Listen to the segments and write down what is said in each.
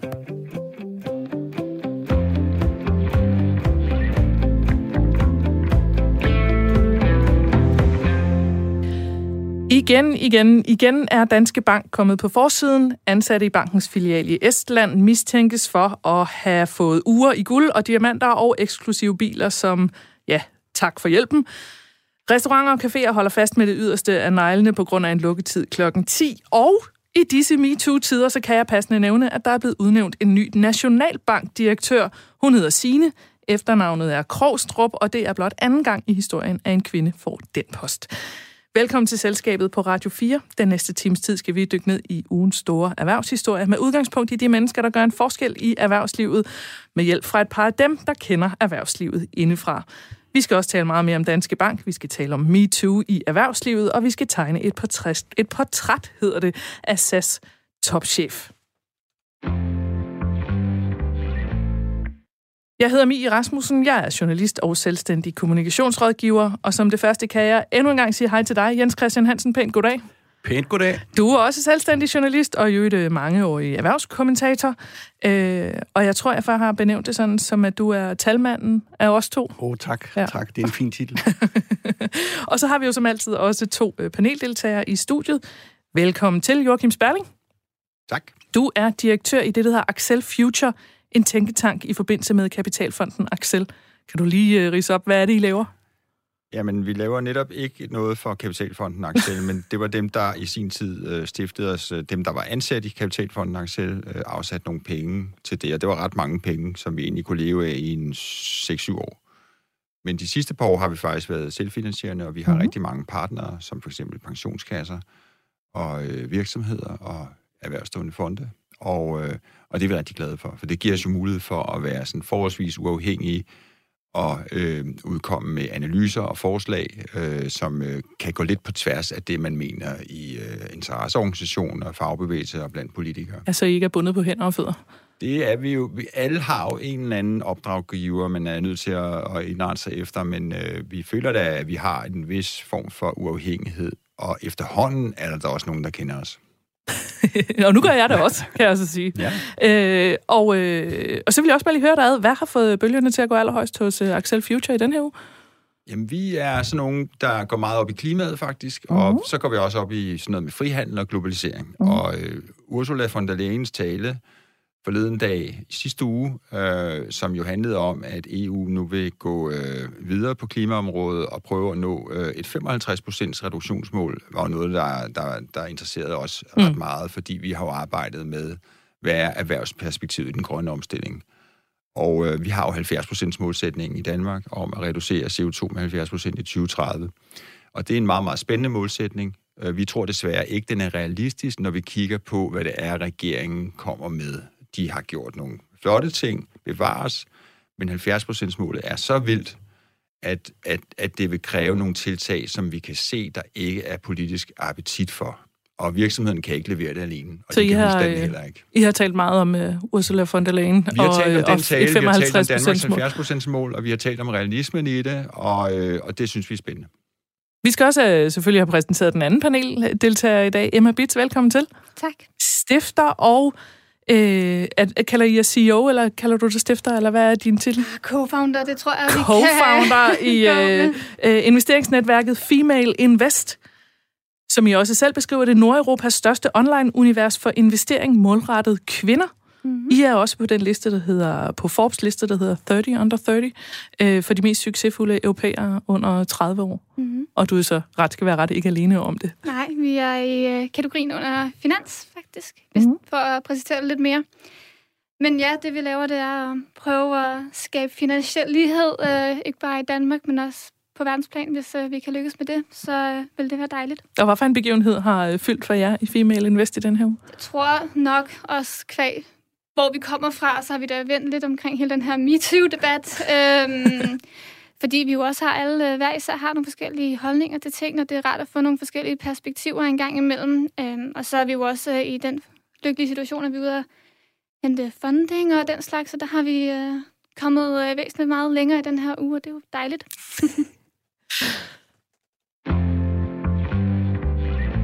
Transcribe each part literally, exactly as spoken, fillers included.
Igen, igen, igen er Danske Bank kommet på forsiden. Ansatte i bankens filial i Estland mistænkes for at have fået ure i guld og diamanter og eksklusive biler som, ja, tak for hjælpen. Restauranter og caféer holder fast med det yderste af neglene på grund af en lukketid klokken ti. Og i disse MeToo-tider, så kan jeg passende nævne, at der er blevet udnævnt en ny nationalbankdirektør. Hun hedder Signe. Efternavnet er Krogstrup, og det er blot anden gang i historien, at en kvinde får den post. Velkommen til Selskabet på Radio fire. Den næste times tid skal vi dykke ned i ugens store erhvervshistorie med udgangspunkt i de mennesker, der gør en forskel i erhvervslivet, med hjælp fra et par af dem, der kender erhvervslivet indefra. Vi skal også tale meget mere om Danske Bank, vi skal tale om MeToo i erhvervslivet, og vi skal tegne et portræt, et portræt hedder det, af S A S topchef. Jeg hedder Mie Rasmussen, jeg er journalist og selvstændig kommunikationsrådgiver, og som det første kan jeg endnu en gang sige hej til dig, Jens Christian Hansen. Pænt goddag. Pænt goddag. Du er også selvstændig journalist og jo et mangeårig erhvervskommentator, øh, og jeg tror, jeg før har benævnt det sådan, som at du er talmanden af os to. Åh, oh, tak. Ja. Tak. Det er en fin titel. Og så har vi jo som altid også to paneldeltagere i studiet. Velkommen til, Joachim Sperling. Tak. Du er direktør i det, der hedder Accel Future, en tænketank i forbindelse med kapitalfonden Accel. Kan du lige uh, ridse op, hvad er det, I laver? Jamen, vi laver netop ikke noget for kapitalfonden Accel, men det var dem, der i sin tid øh, stiftede os, dem, der var ansat i kapitalfonden Accel, øh, afsat nogle penge til det, og det var ret mange penge, som vi egentlig kunne leve af i en seks syv år. Men de sidste par år har vi faktisk været selvfinansierende, og vi har mm-hmm. rigtig mange partnere, som for eksempel pensionskasser og øh, virksomheder og erhvervsdrivende fonde. Og, øh, og det er vi rigtig glade for, for det giver os jo mulighed for at være sådan forholdsvis uafhængige og øh, udkomme med analyser og forslag, øh, som øh, kan gå lidt på tværs af det, man mener i øh, interesseorganisationer, fagbevægelser og blandt politikere. Altså I ikke er bundet på hænder og fødder? Det er vi jo. Vi alle har jo en eller anden opdraggiver, man er nødt til at, at indrette sig efter, men øh, vi føler da, at vi har en vis form for uafhængighed, og efterhånden er der da også nogen, der kender os. Og nu gør jeg det også, kan jeg så sige. Ja. Øh, og, øh, og så vil jeg også bare lige høre dig ad, hvad har fået bølgerne til at gå allerhøjst hos uh, Accel Future i den her uge? Jamen, vi er sådan nogen, der går meget op i klimaet, faktisk, uh-huh. og så går vi også op i sådan noget med frihandel og globalisering. Uh-huh. Og øh, Ursula von der Leyens tale forleden dag i sidste uge, øh, som jo handlede om, at E U nu vil gå øh, videre på klimaområdet og prøve at nå øh, et femoghalvtreds procent reduktionsmål, var noget, der, der, der interesserede os mm. ret meget, fordi vi har jo arbejdet med, hvad er erhvervsperspektivet i den grønne omstilling. Og øh, vi har jo halvfjerds procent målsætning i Danmark om at reducere C O to med halvfjerds procent i tyve tredive. Og det er en meget, meget spændende målsætning. Vi tror desværre ikke, den er realistisk, når vi kigger på, hvad det er, regeringen kommer med. De har gjort nogle flotte ting, bevares, men halvfjerds procent målet er så vildt, at, at, at det vil kræve nogle tiltag, som vi kan se, der ikke er politisk appetit for. Og virksomheden kan ikke levere det alene, og så det I kan har, husstanden heller ikke. I har talt meget om uh, Ursula von der Leyen vi har og, talt om den tale, og vi har talt om Danmarks mål. halvfjerds procent mål, og vi har talt om realismen i det, og, øh, og det synes vi er spændende. Vi skal også uh, selvfølgelig have præsenteret den anden paneldeltager i dag. Emma Bitz, velkommen til. Tak. Stifter og Øh, at, kalder I jer C E O, eller kalder du det stifter, eller hvad er din titel? Co-founder, det tror jeg, vi Co-founder kan. i øh, øh, investeringsnetværket Female Invest, som I også selv beskriver, det Nordeuropas største online-univers for investering målrettet kvinder. Mm-hmm. I er også på den liste, der hedder, på Forbes liste, der hedder tredive under tredive, øh, for de mest succesfulde europæere under tredive år. Mm-hmm. Og du er så ret skal være ret ikke alene om det. Nej, vi er i øh, kategorien under finans, faktisk, mm-hmm. for at præsentere det lidt mere. Men ja, det vi laver, det er at prøve at skabe finansiel lighed, øh, ikke bare i Danmark, men også på verdensplan. Hvis øh, vi kan lykkes med det, så øh, vil det være dejligt. Og hvad for en begivenhed har øh, fyldt for jer i Female Invest i den her uge? Jeg tror nok også kvæg, hvor vi kommer fra, så har vi da vendt lidt omkring hele den her MeToo-debat. øhm, fordi vi jo også har alle, hver især har nogle forskellige holdninger til ting, og det er rart at få nogle forskellige perspektiver en gang imellem. Øhm, og så er vi jo også øh, i den lykkelige situation, at vi er ude at hente funding og den slags, så der har vi øh, kommet øh, væsentligt meget længere i den her uge, og det er jo dejligt.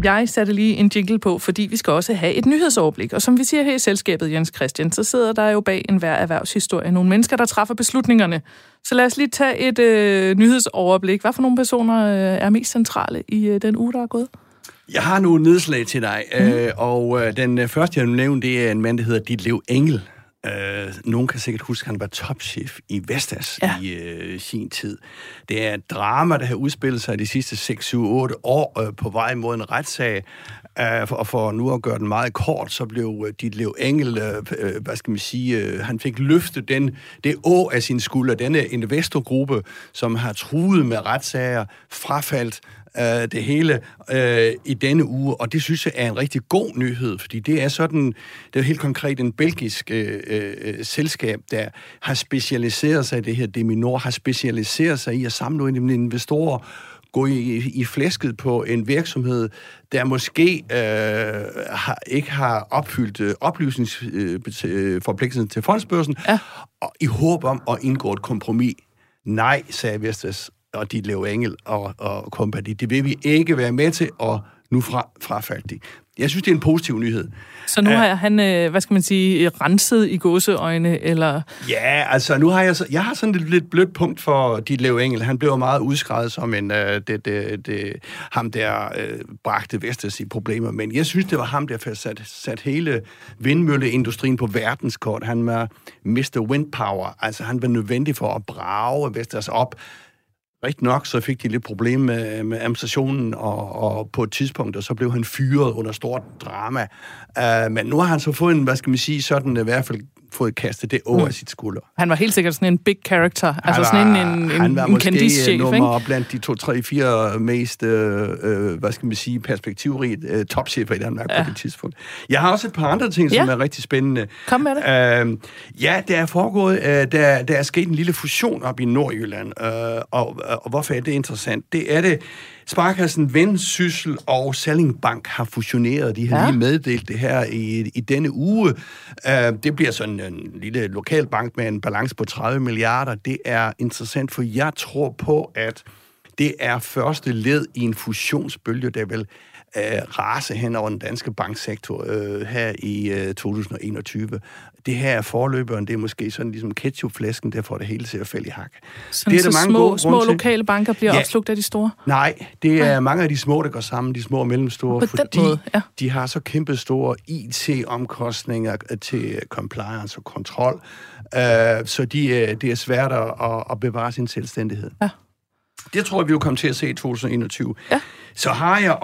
jeg satte lige en jingle på, fordi vi skal også have et nyhedsoverblik. Og som vi siger her i selskabet, Jens Christian, så sidder der jo bag enhver erhvervshistorie nogle mennesker, der træffer beslutningerne. Så lad os lige tage et øh, nyhedsoverblik. Hvad for nogle personer øh, er mest centrale i øh, den uge, der er gået? Jeg har nogle nedslag til dig, mm. øh, og øh, den første, jeg vil nævne, det er en mand, der hedder Ditlev Engel. Øh, nogen kan sikkert huske, at han var topchef i Vestas ja. i øh, sin tid. Det er et drama, der har udspillet sig de sidste seks, syv, otte år øh, på vej mod en retssag. Øh, for, og for nu at gøre den meget kort, så blev øh, Ditlev Engel, øh, øh, hvad skal man sige, øh, han fik løftet den, det å af sin skulder, denne investorgruppe, som har truet med retssager, frafaldt det hele øh, i denne uge, og det synes jeg er en rigtig god nyhed, fordi det er sådan, det er helt konkret en belgisk øh, øh, selskab, der har specialiseret sig i det her, Deminor har specialiseret sig i at samle nogle investorer, gå i, i flæsket på en virksomhed, der måske øh, har, ikke har opfyldt øh, oplysningsforpligtelsen øh, til fondsbørsen, ja. og i håb om at indgå et kompromis. Nej, sagde Vestas og Ditlev Engel og, og kompagni. Det vil vi ikke være med til, og nu fra, frafaldt de. Jeg synes, det er en positiv nyhed. Så nu har han, hvad skal man sige, renset i gåseøjne, eller? Ja, altså nu har jeg, jeg har sådan et lidt blødt punkt for Ditlev Engel. Han blev meget udskrevet som en, uh, det, det, det, ham der uh, bragte Vestas i problemer, men jeg synes, det var ham, der sat, sat hele vindmølleindustrien på verdenskort. Han var mister Windpower, altså han var nødvendig for at brage Vestas op. Rigtig nok, så fik de lidt problem med, med administrationen, og, og på et tidspunkt, og så blev han fyret under stort drama. Uh, men nu har han så fået en, hvad skal man sige, sådan i hvert fald fået kastet det over mm. sit skulder. Han var helt sikkert sådan en big character, han altså sådan en, en, en, han var en candice-chef, nummer blandt de to, tre, fire mest, øh, øh, hvad skal man sige, perspektivrigt øh, topchefer i Danmark ja. på det tidspunkt. Jeg har også et par andre ting, som ja. er rigtig spændende. Kom med det. Øh, ja, der er foregået, øh, der, der er sket en lille fusion op i Nordjylland, øh, og, og hvorfor er det interessant? Det er det, Sparekassen Vendsyssel og Salling Bank har fusioneret. De har ja. lige meddelt det her i, i denne uge. Uh, det bliver sådan en lille lokal bank med en balance på tredive milliarder. Det er interessant, for jeg tror på, at det er første led i en fusionsbølge, der vil uh, rase hen over den danske banksektor uh, her i uh, to tusind og enogtyve. Det her er forløberen, det er måske sådan ligesom ketchupflasken, der får det hele til at falde i hak. Sådan det er så der mange små, små lokale banker bliver ja. opslugt af de store? Nej, det er ja. mange af de små, der går sammen, de små og mellemstore, på fordi måde, ja. de har så kæmpe store I T-omkostninger til compliance og kontrol, uh, så de, det er svært at, at bevare sin selvstændighed. Ja. Det tror jeg, vi vil komme til at se i to tusind og enogtyve. Ja. Så har jeg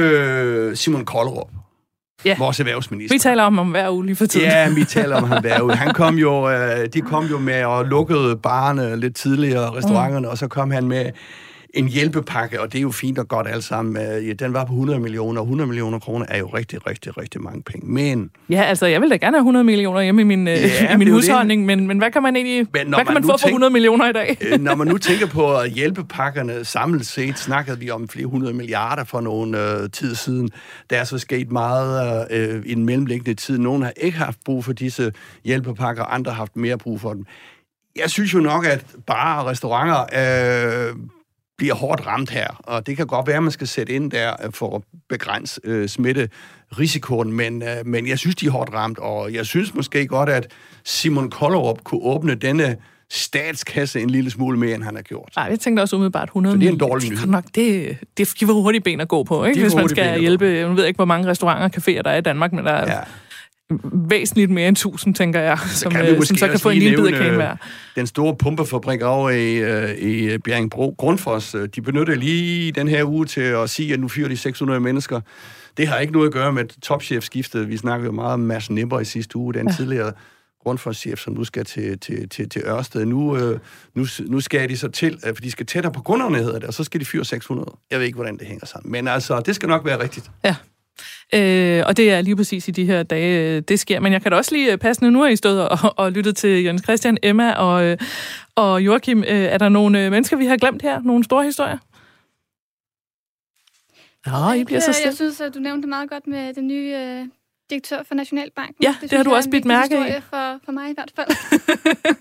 også Simon Kollerup. Ja. Vores erhvervsminister. Vi taler om ham hver uge lige for tiden. Ja, vi taler om ham hver uge. Han kom jo, de kom jo med og lukkede barne lidt tidligere, restauranterne, mm. og så kom han med en hjælpepakke, og det er jo fint og godt alt sammen. Den var på hundrede millioner, og hundrede millioner kroner er jo rigtig, rigtig, rigtig mange penge. Men... Ja, altså, jeg vil da gerne have hundrede millioner hjemme i min, ja, i min husholdning, men, men hvad kan man egentlig... Hvad kan man, man få tænk... for hundrede millioner i dag? Når man nu tænker på hjælpepakkerne samlet set, snakkede vi om flere hundrede milliarder for nogle øh, tid siden. Der er så sket meget øh, i den mellemliggende tid. Nogle har ikke haft brug for disse hjælpepakker, andre har haft mere brug for dem. Jeg synes jo nok, at barer og restauranter... Øh, bliver hårdt ramt her, og det kan godt være, at man skal sætte ind der for at begrænse øh, smitterisikoen, men, øh, men jeg synes, de er hårdt ramt, og jeg synes måske godt, at Simon Kollerup kunne åbne denne statskasse en lille smule mere, end han har gjort. Nej, jeg tænkte også umiddelbart hundrede. Så det er en dårlig nyhed. Nok, det, det giver hurtigt ben at gå på, ikke? Hvis man skal hjælpe. Jeg ved ikke, hvor mange restauranter og caféer der er i Danmark, men der er... Ja. væsentligt mere end tusind, tænker jeg, som, kan øh, som så kan få en lille bid af kagen hver. Den store pumpefabrik over i, øh, i Bjerringbro, Grundfos, de benytter lige den her uge til at sige, at nu fyrer de seks hundrede mennesker. Det har ikke noget at gøre med topchefskiftet. Vi snakkede jo meget om Mads Nipper i sidste uge, den ja. tidligere Grundfos-chef, som nu skal til, til, til, til Ørsted. Nu, øh, nu, nu skal de så til, for de skal tættere på kunderne, hedder det, og så skal de fyre seks hundrede. Jeg ved ikke, hvordan det hænger sammen. Men altså, det skal nok være rigtigt. Ja. Øh, og det er lige præcis i de her dage, det sker. Men jeg kan da også lige passende, nu har I stået og, og lyttet til Jens Christian, Emma og, og Joachim. Er der nogle mennesker, vi har glemt her? Nogle store historier? Ja, I bliver så stille. Jeg synes, at du nævnte det meget godt med den nye øh, direktør for Nationalbanken. Ja, det, det har du også bidt mærke i. For, for mig i hvert fald.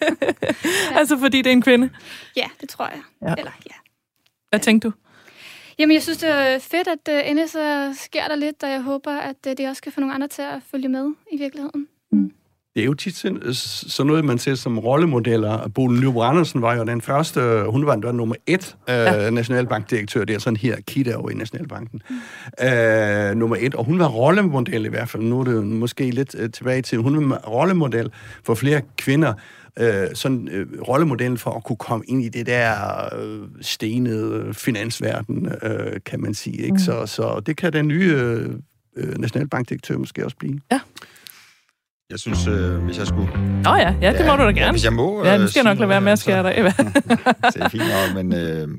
Ja. Altså fordi det er en kvinde? Ja, det tror jeg. Ja. Eller, ja. Hvad tænkte du? Jamen, jeg synes, det er fedt, at uh, endelig så sker der lidt, og jeg håber, at uh, det også kan få nogle andre til at følge med i virkeligheden. Mm. Det er jo tit sådan noget, man ser som rollemodeller. Bodil Nyborg Andersen var jo den første, hun var den nummer et øh, ja. nationalbankdirektør. Det er sådan her, Kita over i Nationalbanken. Mm. Øh, nummer et, og hun var rollemodel i hvert fald. Nu er det måske lidt øh, tilbage til, hun var rollemodel for flere kvinder. Øh, sådan øh, rollemodellen for at kunne komme ind i det der øh, stenede finansverden, øh, kan man sige. Ikke? Mm. Så, så det kan den nye øh, nationalbankdirektør måske også blive. Ja. Jeg synes, øh, hvis jeg skulle... Åh oh ja, ja, det ja, må du da gerne. Ja, hvis jeg må... Ja, det skal jeg nok lade være med at skære dig. Det er fint nok, men... Øh,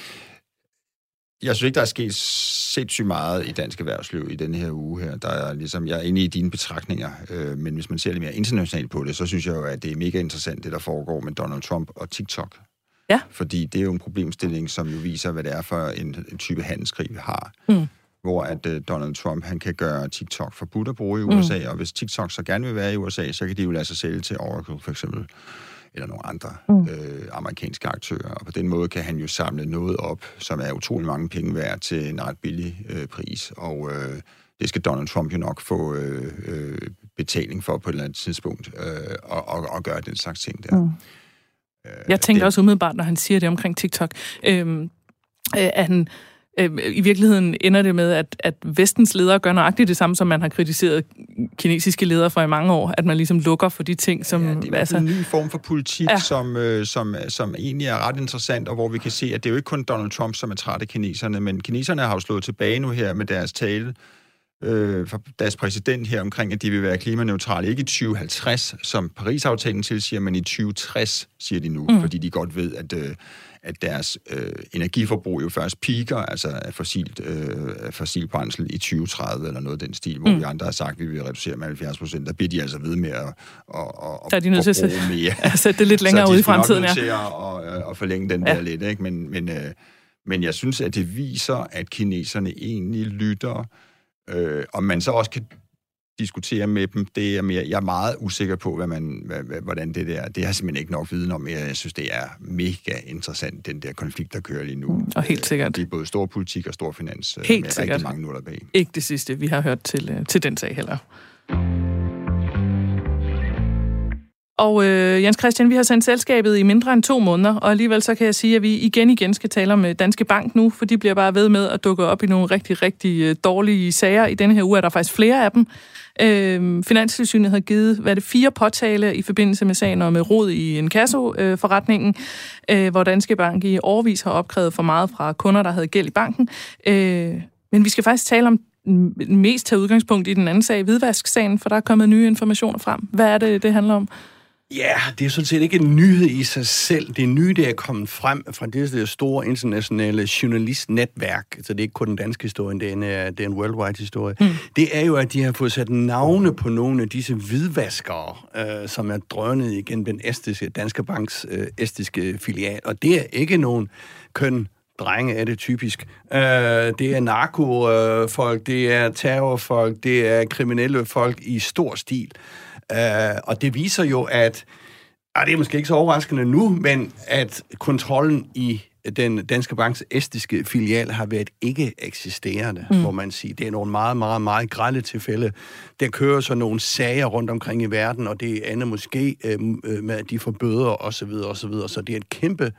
jeg synes ikke, der er sket sindssygt meget i dansk erhvervsliv i denne her uge her. Der er ligesom, jeg er inde i dine betragtninger, øh, men hvis man ser lidt mere internationalt på det, så synes jeg jo, at det er mega interessant, det der foregår med Donald Trump og TikTok. Ja. Fordi det er jo en problemstilling, som jo viser, hvad det er for en, en type handelskrig, vi har. Mm. Hvor at uh, Donald Trump, han kan gøre TikTok forbudt at bruge i U S A, mm. og hvis TikTok så gerne vil være i U S A, så kan de jo lade sig sælge til Oracle, for eksempel, eller nogle andre mm. øh, amerikanske aktører. Og på den måde kan han jo samle noget op, som er utrolig mange penge værd til en ret billig øh, pris. Og øh, det skal Donald Trump jo nok få øh, øh, betaling for på et eller andet tidspunkt, øh, og, og, og gøre den slags ting der. Mm. Øh, Jeg tænker det, også umiddelbart, når han siger det omkring TikTok, øh, øh, at han... I virkeligheden ender det med, at, at vestens ledere gør nøjagtigt det samme, som man har kritiseret kinesiske ledere for i mange år, at man ligesom lukker for de ting, som... Ja, det er altså en ny form for politik, ja. som, øh, som, som egentlig er ret interessant, og hvor vi kan se, at det er jo ikke kun Donald Trump, som er træt af kineserne, men kineserne har jo slået tilbage nu her med deres tale øh, for deres præsident her omkring, at de vil være klimaneutrale, ikke i tyve halvtreds, som Paris-aftalen tilsiger, men i tyve tres, siger de nu, mm. fordi de godt ved, at... Øh, at deres øh, energiforbrug jo først piker, altså af fossilt, øh, fossil brændsel i tyve tredive eller noget af den stil, hvor mm. vi andre har sagt, at vi vil reducere med halvfjerds procent. Der bliver de altså ved med at, at, at, at, de nødt til at bruge mere. Ja, sætte det lidt længere ud i fremtiden. Så de er nok nødt til at, at, at forlænge den ja. der lidt. Ikke? Men, men, øh, men jeg synes, at det viser, at kineserne egentlig lytter, øh, og man så også kan diskutere med dem, det er mere, jeg er meget usikker på, hvad man, hvad, hvordan det der, det har jeg simpelthen ikke nok viden om. Jeg synes, det er mega interessant, den der konflikt, der kører lige nu. Og helt sikkert. Det er både stor politik og stor finans, helt med sikkert. Rigtig mange nuller bag. Ikke det sidste, vi har hørt til, til den sag heller. Og øh, Jens Christian, vi har sendt selskabet i mindre end to måneder, og alligevel så kan jeg sige, at vi igen igen skal tale om Danske Bank nu, for de bliver bare ved med at dukke op i nogle rigtig, rigtig dårlige sager. I denne her uge er der faktisk flere af dem. Øh, Finanstilsynet har givet, hvad det, fire påtale i forbindelse med sagen om rod i inkasso-forretningen, øh, hvor Danske Bank i årevis har opkrævet for meget fra kunder, der havde gæld i banken. Øh, men vi skal faktisk tale om mest tage udgangspunkt i den anden sag, hvidvasksagen, for der er kommet nye informationer frem. Hvad er det, det handler om? Ja, det er sådan set ikke en nyhed i sig selv. Det nye, der er kommet frem fra det der store internationale journalistnetværk, så det er ikke kun den danske historie, det er en, det er en worldwide historie. Mm. Det er jo, at de har fået sat navne på nogle af disse hvidvaskere, øh, som er drønet igen den estiske, Danske Banks øh, estiske filial. Og det er ikke nogen køn drenge er det typisk. Øh, det er narkofolk, det er terrorfolk, det er kriminelle folk i stor stil. Uh, og det viser jo, at, og det er måske ikke så overraskende nu, men at kontrollen i den Danske Banks estiske filial har været ikke eksisterende, mm. hvor man siger. Det er nogle meget, meget, meget grelle tilfælde. Der kører så nogle sager rundt omkring i verden, og det ender måske øh, med, at de får bøder osv. osv. Så det er et kæmpe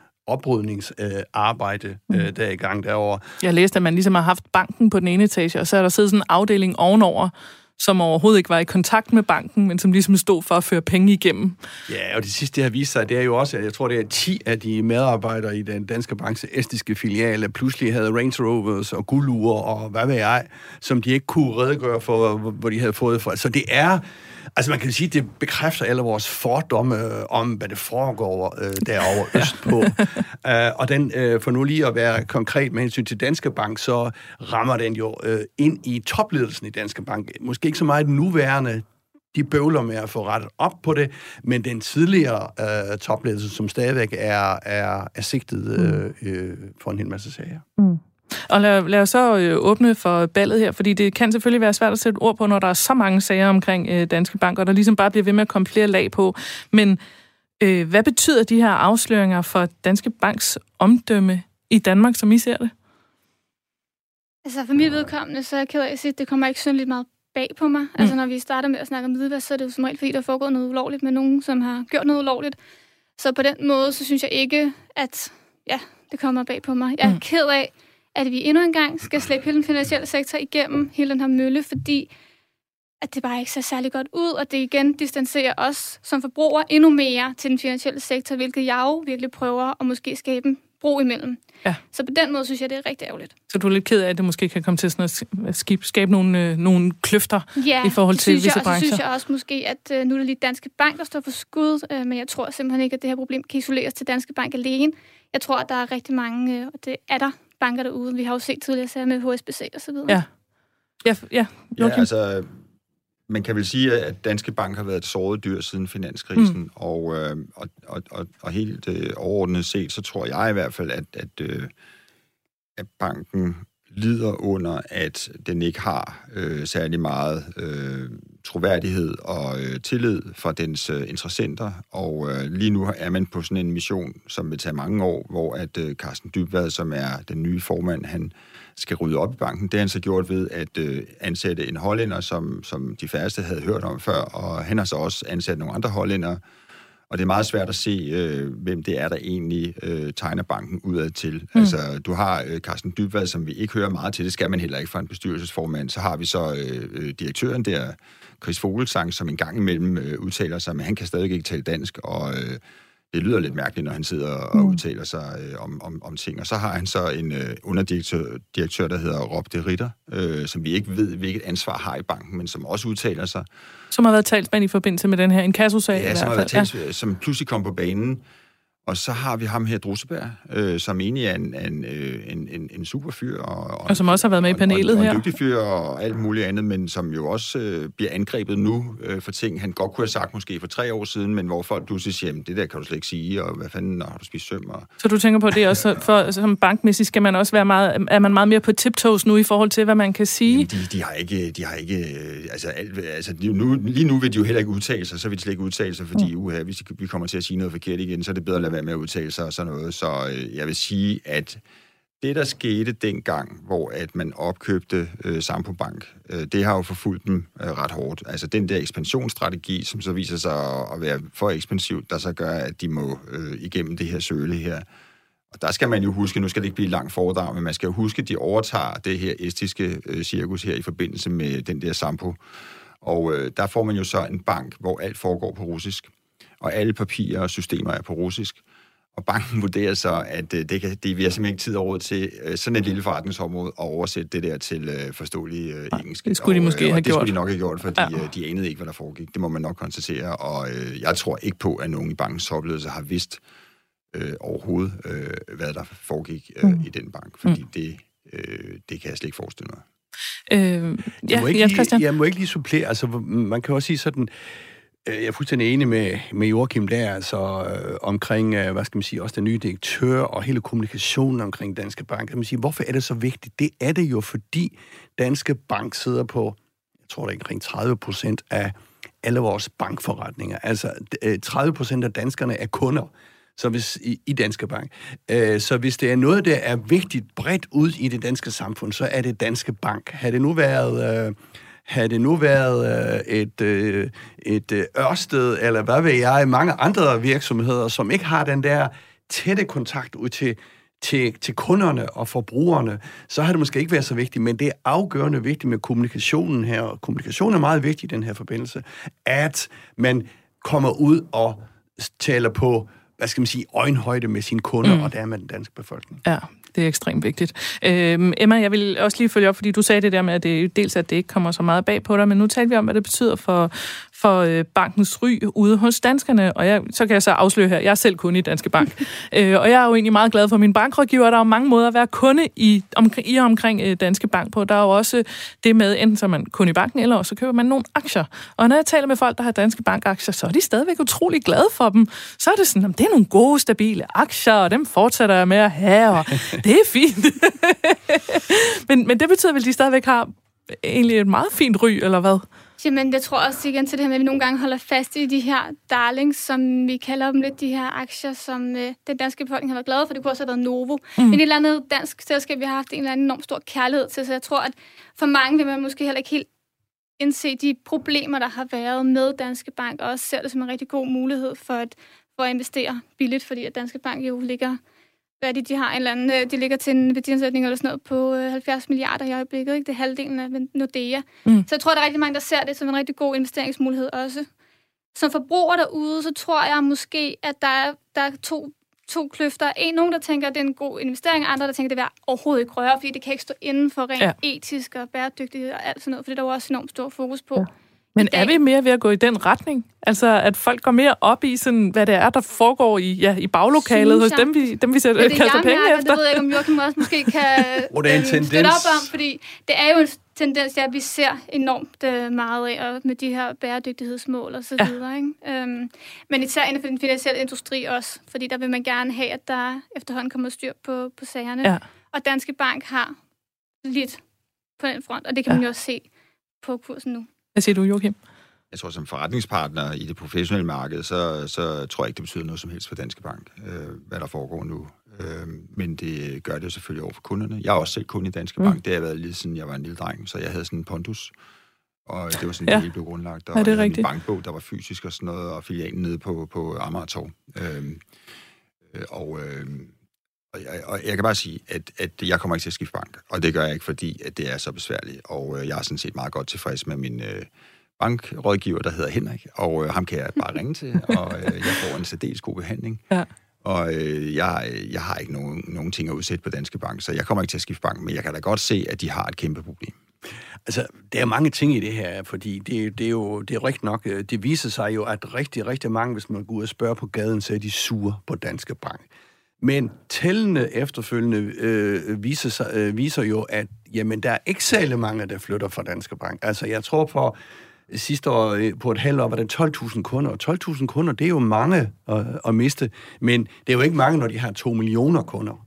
oprydningsarbejde, øh, øh, der er i gang derovre. Jeg læste, at man ligesom har haft banken på den ene etage, og så er der siddet sådan en afdeling ovenover, som overhovedet ikke var i kontakt med banken, men som ligesom stod for at føre penge igennem. Ja, og det sidste, det har vist sig, det er jo også, at jeg tror, det er ti af de medarbejdere i den Danske Banks estiske filiale, pludselig havde Range Rovers og guldure og hvad ved jeg, som de ikke kunne redegøre for, hvor de havde fået fra. Så det er, altså man kan sige, det bekræfter alle vores fordomme om, hvad det foregår øh, derovre østpå. uh, og den, uh, for nu lige at være konkret med hensyn til Danske Bank, så rammer den jo uh, ind i topledelsen i Danske Bank. Måske ikke så meget den nuværende, de bøvler med at få rettet op på det, men den tidligere uh, topledelse, som stadigvæk er, er, er sigtet uh, uh, for en hel masse sager. Mm. Og lad, lad os så øh, åbne for ballet her, fordi det kan selvfølgelig være svært at sætte ord på, når der er så mange sager omkring øh, Danske Bank, og der ligesom bare bliver ved med at komme flere lag på. Men øh, hvad betyder de her afsløringer for Danske Banks omdømme i Danmark, som I ser det? Altså for mit vedkommende, så er jeg ked af at sige, at det kommer ikke synderligt meget bag på mig. Mm. Altså når vi starter med at snakke om hvidvask, så er det jo som regel, fordi der foregår noget ulovligt med nogen, som har gjort noget ulovligt. Så på den måde, så synes jeg ikke, at ja, det kommer bag på mig. Jeg er mm. ked af, at vi endnu engang skal slæbe hele den finansielle sektor igennem hele den her mølle, fordi at det bare ikke ser særlig godt ud, og det igen distancerer os som forbrugere endnu mere til den finansielle sektor, hvilket jeg jo virkelig prøver at måske skabe en bro imellem. Ja. Så på den måde synes jeg, det er rigtig ærgerligt. Så du er lidt ked af, at det måske kan komme til sådan at skabe, skabe nogle, øh, nogle kløfter ja, i forhold til visse jeg, brancher? Ja, det synes jeg også måske, at øh, nu er det lige Danske Bank, der står for skud, øh, men jeg tror simpelthen ikke, at det her problem kan isoleres til Danske Bank alene. Jeg tror, at der er rigtig mange, øh, og det er der, banker derude. Vi har jo set tidligere sager med H S B C og så videre. Ja, ja, ja. ja altså, man kan vel sige, at Danske Bank har været et såret dyr siden finanskrisen, mm. og, øh, og, og, og, og helt øh, overordnet set, så tror jeg i hvert fald, at, at, øh, at banken lider under, at den ikke har øh, særlig meget øh, troværdighed og øh, tillid fra dens øh, interessenter, og øh, lige nu er man på sådan en mission, som vil tage mange år, hvor at øh, Carsten Dybvad, som er den nye formand, han skal rydde op i banken. Det har han så gjort ved at øh, ansætte en hollænder, som, som de færreste havde hørt om før, og han har så også ansat nogle andre hollændere, og det er meget svært at se, øh, hvem det er, der egentlig øh, tegner banken udad til. Mm. Altså, du har øh, Carsten Dybvad, som vi ikke hører meget til, det skal man heller ikke fra en bestyrelsesformand. Så har vi så øh, direktøren der, Chris Vogelsang, som en gang imellem øh, udtaler sig, men han kan stadig ikke tale dansk, og øh, det lyder lidt mærkeligt, når han sidder og udtaler sig øh, om, om, om ting. Og så har han så en øh, underdirektør, direktør, der hedder Rob de Ritter, øh, som vi ikke ved, hvilket ansvar har i banken, men som også udtaler sig. Som har været talsmand i forbindelse med den her inkasso-sag? Ja, som har været talsmand, ja. Som pludselig kom på banen. Og så har vi ham her, Drusseberg, øh, som egentlig er en, en, en, en, en super fyr. Og, og som også har været med i panelet og, og, her. Og en dygtig fyr og alt muligt andet, men som jo også øh, bliver angrebet nu øh, for ting, han godt kunne have sagt måske for tre år siden, men hvor folk pludselig siger, det der kan du slet ikke sige, og hvad fanden, har du spist søm? Og... Så du tænker på det også, for som bankmæssigt skal man også være meget, er man meget mere på tiptoes nu i forhold til, hvad man kan sige? Jamen, de, de har ikke, de har ikke, altså, alt, altså nu, lige nu vil de jo heller ikke udtale sig, så vil de slet ikke udtale sig, fordi mm. uha, hvis vi kommer til at sige noget forkert igen, så er det bedre at lade være med at udtale sig og sådan noget. Så øh, jeg vil sige, at det, der skete dengang, hvor at man opkøbte øh, Sampo Bank, øh, det har jo forfulgt dem øh, ret hårdt. Altså den der ekspansionsstrategi, som så viser sig at være for ekspansivt, der så gør, at de må øh, igennem det her søle her. Og der skal man jo huske, nu skal det ikke blive langt foredrag, men man skal jo huske, at de overtager det her estiske øh, cirkus her i forbindelse med den der Sampo. Og øh, der får man jo så en bank, hvor alt foregår på russisk, og alle papirer og systemer er på russisk. Og banken vurderer så, at øh, det, kan, det vi har simpelthen ikke tid og råd til øh, sådan et lille forretningsområde at oversætte det der til øh, forståelig øh, engelsk. Det skulle de måske og, øh, have og det gjort. skulle de nok have gjort, fordi ja. øh, de anede ikke, hvad der foregik. Det må man nok konstatere, og øh, jeg tror ikke på, at nogen i bankens topledelse har vidst øh, overhovedet, øh, hvad der foregik øh, mm. i den bank, fordi mm. det, øh, det kan jeg slet ikke forestille mig. Øh, ja, jeg, må ikke lige, jeg må ikke lige supplere, altså man kan også sige sådan, jeg er fuldstændig enig med, med Joachim der, altså øh, omkring, øh, hvad skal man sige, også den nye direktør og hele kommunikationen omkring Danske Bank. Kan man sige, hvorfor er det så vigtigt? Det er det jo, fordi Danske Bank sidder på, jeg tror det er omkring tredive procent af alle vores bankforretninger. Altså øh, tredive procent af danskerne er kunder så hvis, i, i Danske Bank. Øh, så hvis det er noget, der er vigtigt bredt ud i det danske samfund, så er det Danske Bank. Har det nu været... Øh, Havde det nu været øh, et, øh, et øh, Ørsted, eller hvad ved jeg, mange andre virksomheder, som ikke har den der tætte kontakt ud til, til, til kunderne og forbrugerne, så har det måske ikke været så vigtigt, men det er afgørende vigtigt med kommunikationen her, og kommunikation er meget vigtig i den her forbindelse, at man kommer ud og taler på, hvad skal man sige, øjenhøjde med sine kunder, mm. og dermed den danske befolkning. Ja. Det er ekstremt vigtigt. Øhm, Emma, jeg vil også lige følge op, fordi du sagde det der med, at det dels at det ikke kommer så meget bag på dig, men nu talte vi om, hvad det betyder for, for øh, bankens ry ude hos danskerne, og jeg, så kan jeg så afsløre her, jeg er selv kunde i Danske Bank, øh, og jeg er jo egentlig meget glad for min bankrådgiver. Der er jo mange måder at være kunde i, omkring, i og omkring øh, Danske Bank på. Der er jo også det med, enten så er man kunde i banken, eller også så køber man nogle aktier. Og når jeg taler med folk, der har Danske Bank-aktier, så er de stadigvæk utrolig glade for dem. Så er det sådan, det er nogle gode, stabile aktier, og dem fortsætter jeg med at have, og det er fint. men, men det betyder vel, at de stadigvæk har egentlig et meget fint ry, eller hvad? Jamen, jeg tror også igen til det her med, at vi nogle gange holder fast i de her darlings, som vi kalder dem lidt, de her aktier, som øh, den danske befolkning har været glade for. Det kunne også have været Novo. Mm. Men et eller andet dansk selskab, vi har haft en eller anden enormt stor kærlighed til, så jeg tror, at for mange vil man måske heller ikke helt indse de problemer, der har været med Danske Bank, og også ser det som en rigtig god mulighed for at, for at investere billigt, fordi at Danske Bank jo ligger, hvad er det, de har en eller anden, de ligger til en værdiansætning eller sådan noget på halvfjerds milliarder i øjeblikket, ikke? Det er halvdelen af Nordea. Mm. Så jeg tror, der er rigtig mange, der ser det som en rigtig god investeringsmulighed også. Som forbruger derude, så tror jeg måske, at der er, der er to, to kløfter. En, nogen, der tænker, at det er en god investering, andre, der tænker, at det er overhovedet ikke røre, fordi det kan ikke stå inden for rent ja. etisk og bæredygtighed og alt sådan noget, for det er der også enormt stor fokus på. Ja. Men er vi mere ved at gå i den retning? Altså, at folk går mere op i, sådan, hvad det er, der foregår i, ja, i baglokalet hos dem, vi, dem, vi sætter, ja, kaster penge mærker, efter? Det ved jeg ikke, om Joachim også måske kan øhm, støtte op om, fordi det er jo en tendens, at vi ser enormt øh, meget af, og med de her bæredygtighedsmål og så ja. videre. Ikke? Øhm, men især inden for den finansielle industri også, fordi der vil man gerne have, at der efterhånden kommer styr på, på sagerne. Ja. Og Danske Bank har lidt på den front, og det kan ja. man jo også se på kursen nu. Hvad siger du, Joachim? Jeg tror, som forretningspartner i det professionelle marked, så, så tror jeg ikke, det betyder noget som helst for Danske Bank, øh, hvad der foregår nu. Øh, men det gør det jo selvfølgelig over for kunderne. Jeg er også selv kunde i Danske Bank. Mm. Det har jeg været lige siden jeg var en lille dreng, så jeg havde sådan en pondus. Og det var sådan, ja. det hele blev grundlagt. Og ja, det er rigtigt. En bankbog, der var fysisk og sådan noget, og filialen nede på, på Amagertorv. Øh, og... Øh, Og jeg, og jeg kan bare sige, at, at jeg kommer ikke til at skifte bank, og det gør jeg ikke, fordi at det er så besværligt. Og øh, jeg er sådan set meget godt tilfreds med min øh, bankrådgiver, der hedder Henrik, og øh, ham kan jeg bare ringe til, og øh, jeg får en særdeles god behandling. Ja. Og øh, jeg, jeg har ikke nogen, nogen ting at udsætte på Danske Bank, så jeg kommer ikke til at skifte bank, men jeg kan da godt se, at de har et kæmpe problem. Altså, der er mange ting i det her, fordi det, det er jo det er rigtigt nok. Det viser sig jo, at rigtig, rigtig mange, hvis man går ud og spørger på gaden, så er de sure på Danske Bank. Men tællende efterfølgende øh, viser, sig, øh, viser jo, at jamen, der er ikke særlig mange, der flytter fra Danske Bank. Altså, jeg tror på sidste år på et halvt år var der tolv tusind kunder, og tolv tusind kunder, det er jo mange at, at miste, men det er jo ikke mange, når de har to millioner kunder.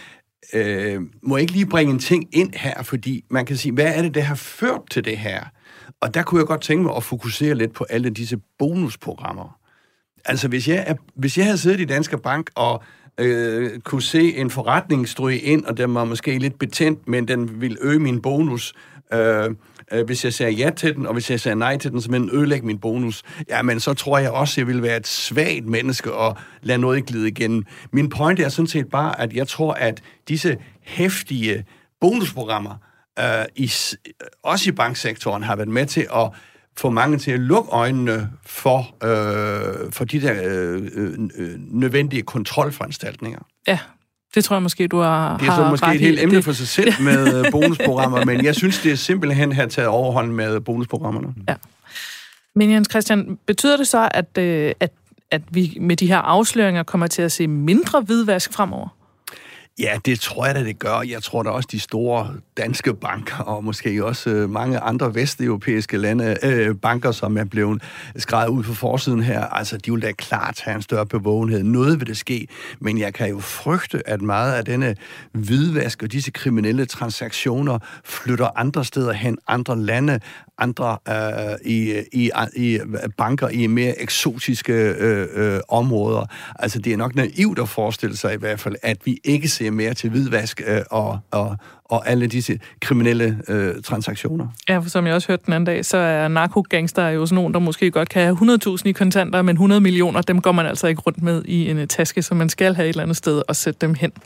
Øh, må jeg ikke lige bringe en ting ind her, fordi man kan sige, hvad er det, der har ført til det her? Og der kunne jeg godt tænke mig at fokusere lidt på alle disse bonusprogrammer. Altså, hvis jeg, er, hvis jeg havde siddet i Danske Bank og Øh, kunne se en forretning stryge ind, og den var måske lidt betændt, men den ville øge min bonus. Øh, øh, hvis jeg sagde ja til den, og hvis jeg sagde nej til den, så ville den ødelægge min bonus. Jamen, så tror jeg også, at jeg ville være et svagt menneske og lade noget glide igennem. Min point er sådan set bare, at jeg tror, at disse heftige bonusprogrammer, øh, i, også i banksektoren, har været med til at få mange til at lukke øjnene for, øh, for de der øh, øh, nødvendige kontrolforanstaltninger. Ja, det tror jeg måske, du har Det er så måske et helt emne for sig selv med bonusprogrammer, men jeg synes, det er simpelthen her taget overhånd med bonusprogrammerne. Ja. Men Jens Christian, betyder det så, at, at, at vi med de her afsløringer kommer til at se mindre hvidvask fremover? Ja, det tror jeg da, det gør. Jeg tror da også, de store danske banker, og måske også mange andre vesteuropæiske lande, øh, banker, som er blevet skrevet ud på forsiden her, altså, de vil da klart have en større bevågenhed. Noget vil det ske, men jeg kan jo frygte, at meget af denne hvidvask og disse kriminelle transaktioner flytter andre steder hen, andre lande, andre øh, i, i, i banker i mere eksotiske øh, øh, områder. Altså, det er nok naivt at forestille sig i hvert fald, at vi ikke ser mere til hvidvask øh, og, og, og alle disse kriminelle øh, transaktioner. Ja, for som jeg også hørte den anden dag, så er narkogangster jo sådan nogen, der måske godt kan have hundrede tusind i kontanter, men hundrede millioner, dem går man altså ikke rundt med i en taske, så man skal have et eller andet sted og sætte dem hen.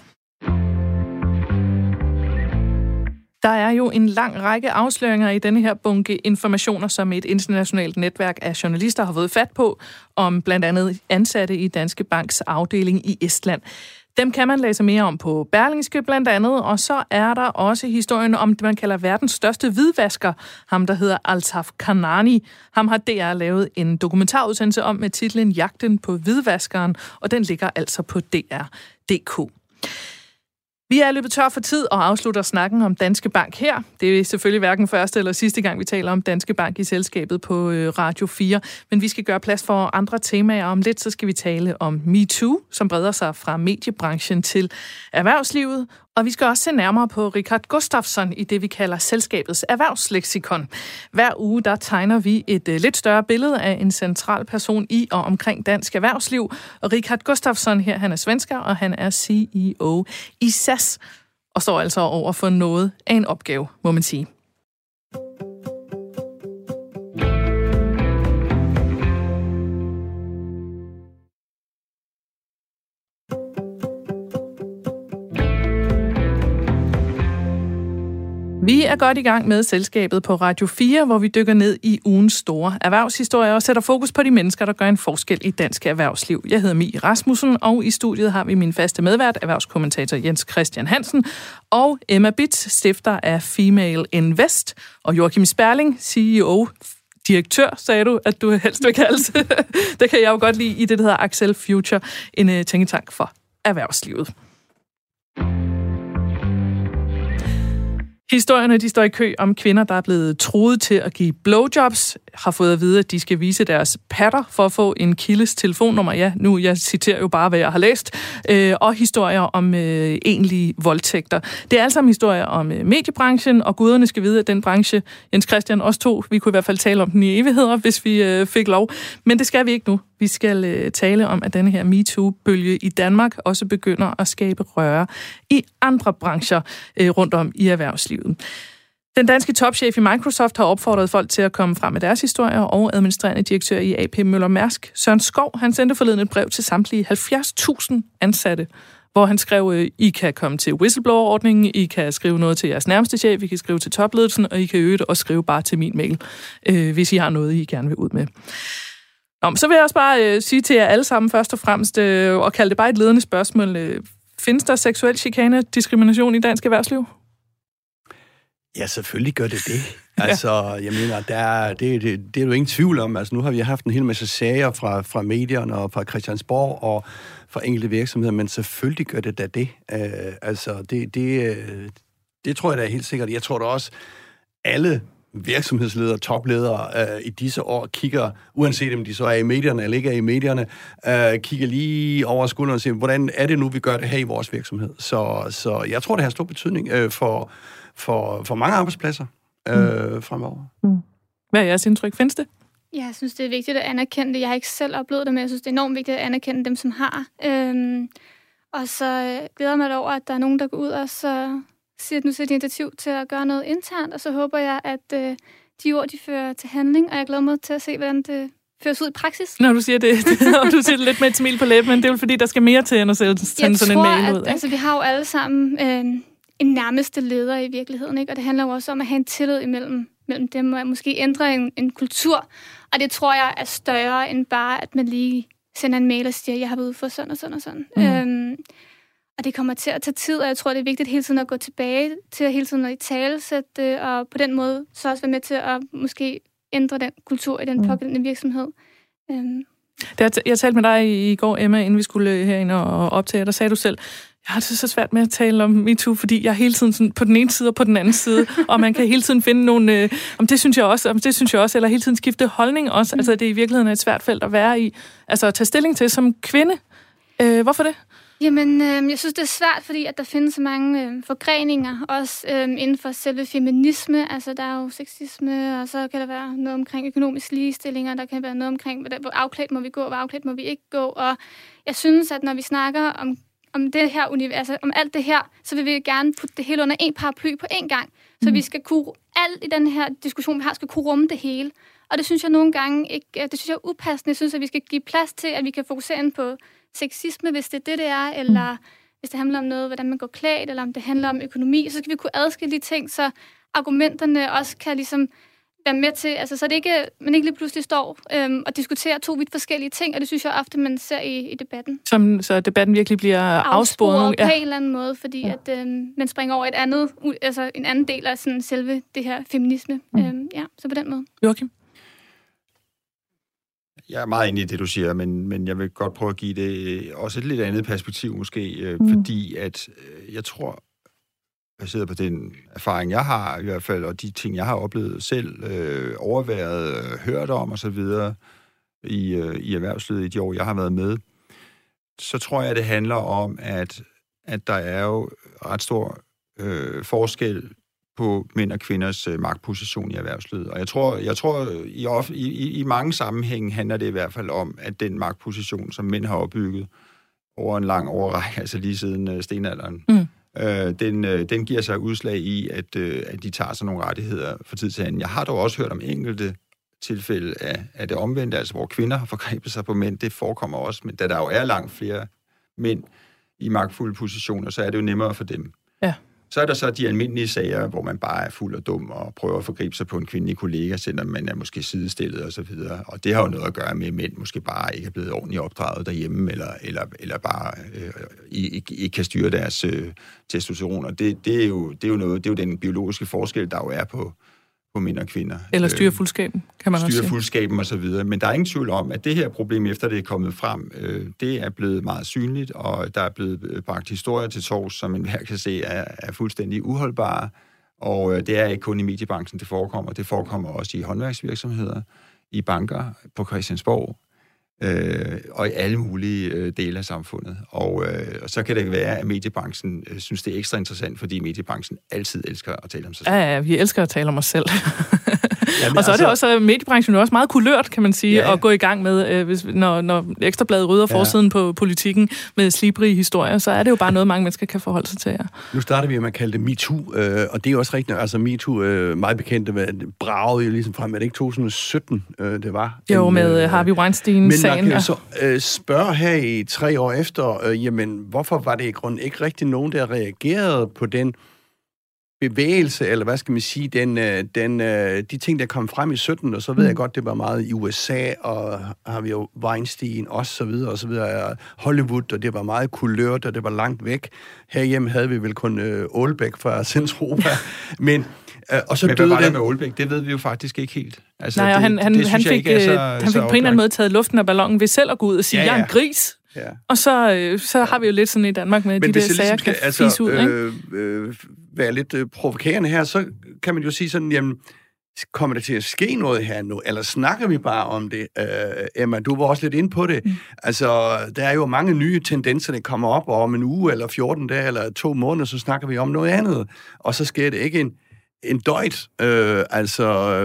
Der er jo en lang række afsløringer i denne her bunke informationer, som et internationalt netværk af journalister har fået fat på, om blandt andet ansatte i Danske Banks afdeling i Estland. Dem kan man læse mere om på Berlingske blandt andet, og så er der også historien om det, man kalder verdens største hvidvasker, ham der hedder Altaf Kanani. Ham har D R lavet en dokumentarudsendelse om med titlen Jagten på hvidvaskeren, og den ligger altså på D R punktum d k. Vi er løbet tør for tid og afslutter snakken om Danske Bank her. Det er selvfølgelig hverken første eller sidste gang, vi taler om Danske Bank i selskabet på Radio fire. Men vi skal gøre plads for andre temaer. Om lidt så skal vi tale om MeToo, som breder sig fra mediebranchen til erhvervslivet. Og vi skal også se nærmere på Richard Gustafsson i det, vi kalder selskabets erhvervsleksikon. Hver uge der tegner vi et uh, lidt større billede af en central person i og omkring dansk erhvervsliv. Og Richard Gustafsson her, han er svensker, og han er C E O i S A S, og står altså over for noget af en opgave, må man sige. Vi er godt i gang med selskabet på Radio fire, hvor vi dykker ned i ugens store erhvervshistorier og sætter fokus på de mennesker, der gør en forskel i dansk erhvervsliv. Jeg hedder Mie Rasmussen, og i studiet har vi min faste medvært, erhvervskommentator Jens Christian Hansen, og Emma Bitz, stifter af Female Invest, og Joachim Sperling, C E O, direktør, sagde du, at du helst vil kaldes. Det kan jeg jo godt lide i det, der hedder Axel Future, en tænketank for erhvervslivet. Historierne de står i kø om kvinder, der er blevet truet til at give blowjobs, har fået at vide, at de skal vise deres patter for at få en kildes telefonnummer. Ja, nu jeg citerer jo bare, hvad jeg har læst. Øh, og historier om øh, egentlige voldtægter. Det er alle sammen historier om øh, mediebranchen, og guderne skal vide, at den branche, Jens Christian, os to, vi kunne i hvert fald tale om den i evigheder, hvis vi øh, fik lov. Men det skal vi ikke nu. Vi skal øh, tale om, at denne her MeToo-bølge i Danmark også begynder at skabe røre i andre brancher øh, rundt om i erhvervslivet. Den danske topchef i Microsoft har opfordret folk til at komme frem med deres historier, og administrerende direktør i A P Møller Mærsk, Søren Skov, han sendte forleden et brev til samtlige halvfjerds tusind ansatte, hvor han skrev, I kan komme til whistleblower-ordningen, I kan skrive noget til jeres nærmeste chef, I kan skrive til topledelsen, og I kan øge det og skrive bare til min mail, øh, hvis I har noget, I gerne vil ud med. Nå, så vil jeg også bare øh, sige til jer alle sammen først og fremmest, øh, og kalde det bare et ledende spørgsmål. Øh, findes der seksuel chikane, diskrimination i dansk erhvervsliv? Ja, selvfølgelig gør det det. Altså, jeg mener, der, det, det, det er jo ingen tvivl om. Altså, nu har vi haft en hel masse sager fra, fra medierne og fra Christiansborg og fra enkelte virksomheder, men selvfølgelig gør det da det. Uh, altså, det, det, det tror jeg da helt sikkert. Jeg tror da også, alle virksomhedsledere, topledere uh, i disse år kigger, uanset om de så er i medierne eller ikke er i medierne, uh, kigger lige over skulderen og siger, hvordan er det nu, vi gør det her i vores virksomhed? Så, så jeg tror, det har stor betydning uh, for, for, for mange arbejdspladser uh, mm. fremover. Mm. Hvad er jeres indtryk? Findes det? Ja, jeg synes, det er vigtigt at anerkende det. Jeg har ikke selv oplevet det, men jeg synes, det er enormt vigtigt at anerkende dem, som har. Øhm, og så glæder jeg mig over, at der er nogen, der går ud og så siger, at nu sætter de initiativ til at gøre noget internt, og så håber jeg, at øh, de ord, de fører til handling, og jeg glæder mig til at se, hvordan det føres ud i praksis. Når du siger det, og du siger det lidt med et smil på læben, men det er jo fordi, der skal mere til, end at sende sådan tror, en mail at, ud. Ikke? Altså, vi har jo alle sammen øh, en nærmeste leder i virkeligheden, ikke? Og det handler jo også om at have en tillid imellem mellem dem, og måske ændre en, en kultur. Og det tror jeg er større end bare, at man lige sender en mail og siger, jeg har været ude for sådan og sådan og sådan. Mm. Øhm, og det kommer til at tage tid, og jeg tror, det er vigtigt hele tiden at gå tilbage til at hele tiden at italesætte det, og på den måde så også være med til at måske ændre den kultur i den pågældende virksomhed. Øhm. Det, jeg talte med dig i går, Emma, inden vi skulle herinde og optage, der sagde du selv, jeg har det så svært med at tale om MeToo, fordi jeg er hele tiden sådan på den ene side og på den anden side, og man kan hele tiden finde nogle, øh, om det synes jeg også, om det synes jeg også, eller hele tiden skifte holdning også. Mm. Altså det er i virkeligheden et svært felt at være i, altså at tage stilling til som kvinde. Øh, hvorfor det? Jamen, øh, jeg synes, det er svært, fordi at der findes så mange øh, forgreninger, også øh, inden for selve feminisme. Altså, der er jo sexisme, og så kan der være noget omkring økonomisk ligestilling, og der kan være noget omkring, hvor afklædt må vi gå, hvor afklædt må vi ikke gå. Og jeg synes, at når vi snakker om om det her univers, altså om alt det her, så vil vi gerne putte det hele under en paraply på én gang. Så mm. vi skal kunne, alt i den her diskussion, vi har, skal kunne rumme det hele. Og det synes jeg nogle gange ikke, det synes jeg er upassende. Jeg synes, at vi skal give plads til, at vi kan fokusere ind på sexisme, hvis det er det, det er, eller mm. hvis det handler om noget, hvordan man går klædt, eller om det handler om økonomi, så skal vi kunne adskille de ting, så argumenterne også kan ligesom være med til, altså så det ikke, man ikke lige pludselig står øhm, og diskuterer to vidt forskellige ting, og det synes jeg ofte, man ser i, i debatten. Som, så debatten virkelig bliver afsporet? Afsporet på ja. en eller anden måde, fordi ja. at øhm, man springer over et andet, altså en anden del af sådan selve det her feminisme. Mm. Øhm, ja, så på den måde. Joachim? Jeg er meget enig i det, du siger, men, men jeg vil godt prøve at give det også et lidt andet perspektiv måske, øh, mm. fordi at øh, jeg tror, baseret på den erfaring, jeg har i hvert fald, og de ting, jeg har oplevet selv, øh, overværet, øh, hørt om og så videre i, øh, i erhvervslivet i de år, jeg har været med, så tror jeg, det handler om, at, at der er jo ret stor øh, forskel på mænd og kvinders øh, magtposition i erhvervslivet. Og jeg tror, jeg tror i, of, i, i mange sammenhænge handler det i hvert fald om, at den magtposition, som mænd har opbygget over en lang årrække, altså lige siden øh, stenalderen, mm. øh, den, øh, den giver sig udslag i, at, øh, at de tager sig nogle rettigheder for tid til anden. Jeg har dog også hørt om enkelte tilfælde af, af det omvendte, altså hvor kvinder har forgrebet sig på mænd. Det forekommer også, men da der jo er langt flere mænd i magtfulde positioner, så er det jo nemmere for dem. Ja. Så er der så de almindelige sager, hvor man bare er fuld og dum og prøver at forgribe sig på en kvindelig kollega, selvom man er måske sidestillet og så videre. Og det har jo noget at gøre med, at mænd måske bare ikke er blevet ordentligt opdraget derhjemme, eller, eller, eller bare øh, ikke, ikke kan styre deres øh, testosteron. Og det, det, er jo, det, er jo noget, det er jo den biologiske forskel, der jo er på, på mænd og kvinder. Eller styre fuldskaben, kan man også sige. Styre fuldskaben og så videre. Men der er ingen tvivl om, at det her problem, efter det er kommet frem, øh, det er blevet meget synligt, og der er blevet bragt historier til torvs, som enhver kan se er, er fuldstændig uholdbare. Og øh, det er ikke kun i mediebranchen, det forekommer. Det forekommer også i håndværksvirksomheder, i banker, på Christiansborg, øh, og i alle mulige øh, dele af samfundet. Og, øh, og så kan det være, at mediebranchen øh, synes, det er ekstra interessant, fordi mediebranchen altid elsker at tale om sig selv. Ja, ja, vi elsker at tale om os selv. Jamen, og så er det altså også, mediebranchen er også meget kulørt, kan man sige, ja, ja. At gå i gang med, øh, hvis, når, når Ekstrabladet rydder forsiden ja. På Politikken med slibrige historier, så er det jo bare noget, mange mennesker kan forholde sig til. Ja. Nu starter vi med at kalde det MeToo, øh, og det er jo også rigtigt, altså MeToo, øh, meget bekendte, med, bragede jo ligesom frem, at det ikke to tusind og sytten, øh, det var. Jo, en, med øh, Harvey Weinstein-sagen. Men man kan så øh, spørge her i tre år efter, øh, jamen, hvorfor var det i grunden ikke rigtig nogen, der reagerede på den bevægelse, eller hvad skal man sige, den, den, de ting, der kom frem i sytten, og så ved mm. jeg godt, det var meget i U S A, og har vi jo Weinstein, og så videre, og så videre, Hollywood, og det var meget kulørt, og det var langt væk. Herhjemme havde vi vel kun øh, Aalbæk fra Centropa, men øh, og så men døde hvad var den... det med Aalbæk? Det ved vi jo faktisk ikke helt. Altså, Nej, og det, han, han, det han fik, ikke så, han fik så på en eller anden måde taget luften af ballonen ved selv at gå ud og sige, ja, ja. Jeg er en gris. Ja. Og så, øh, så har vi jo lidt sådan i Danmark med, men de der sager ligesom kan altså, fise ud, ikke? Øh, øh, være lidt øh, provokerende her, så kan man jo sige sådan, jamen, kommer der til at ske noget her nu, eller snakker vi bare om det? Øh, Emma, du var også lidt inde på det. Mm. Altså, der er jo mange nye tendenser, der kommer op, og om en uge, eller fjorten dage, eller to måneder, så snakker vi om noget andet. Og så sker det ikke en, en døjt. Øh, altså,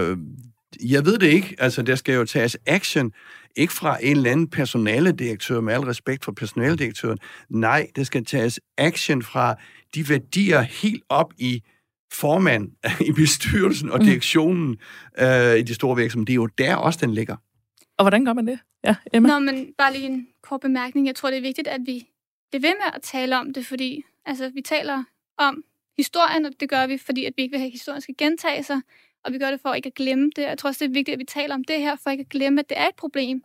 jeg ved det ikke. Altså, der skal jo tages action. Ikke fra en eller anden personaledirektør, med al respekt for personaledirektøren. Nej, det skal tages action fra de værdier helt op i formand, i bestyrelsen og direktionen mm. øh, i de store virksomheder. Det er jo der også, den ligger. Og hvordan gør man det? Ja, Emma? Nå, men bare lige en kort bemærkning. Jeg tror, det er vigtigt, at vi bliver ved med at tale om det, fordi altså, vi taler om historien, og det gør vi, fordi at vi ikke vil have historien skal gentage sig, og vi gør det for ikke at glemme det. Jeg tror også, det er vigtigt, at vi taler om det her, for ikke at glemme, at det er et problem.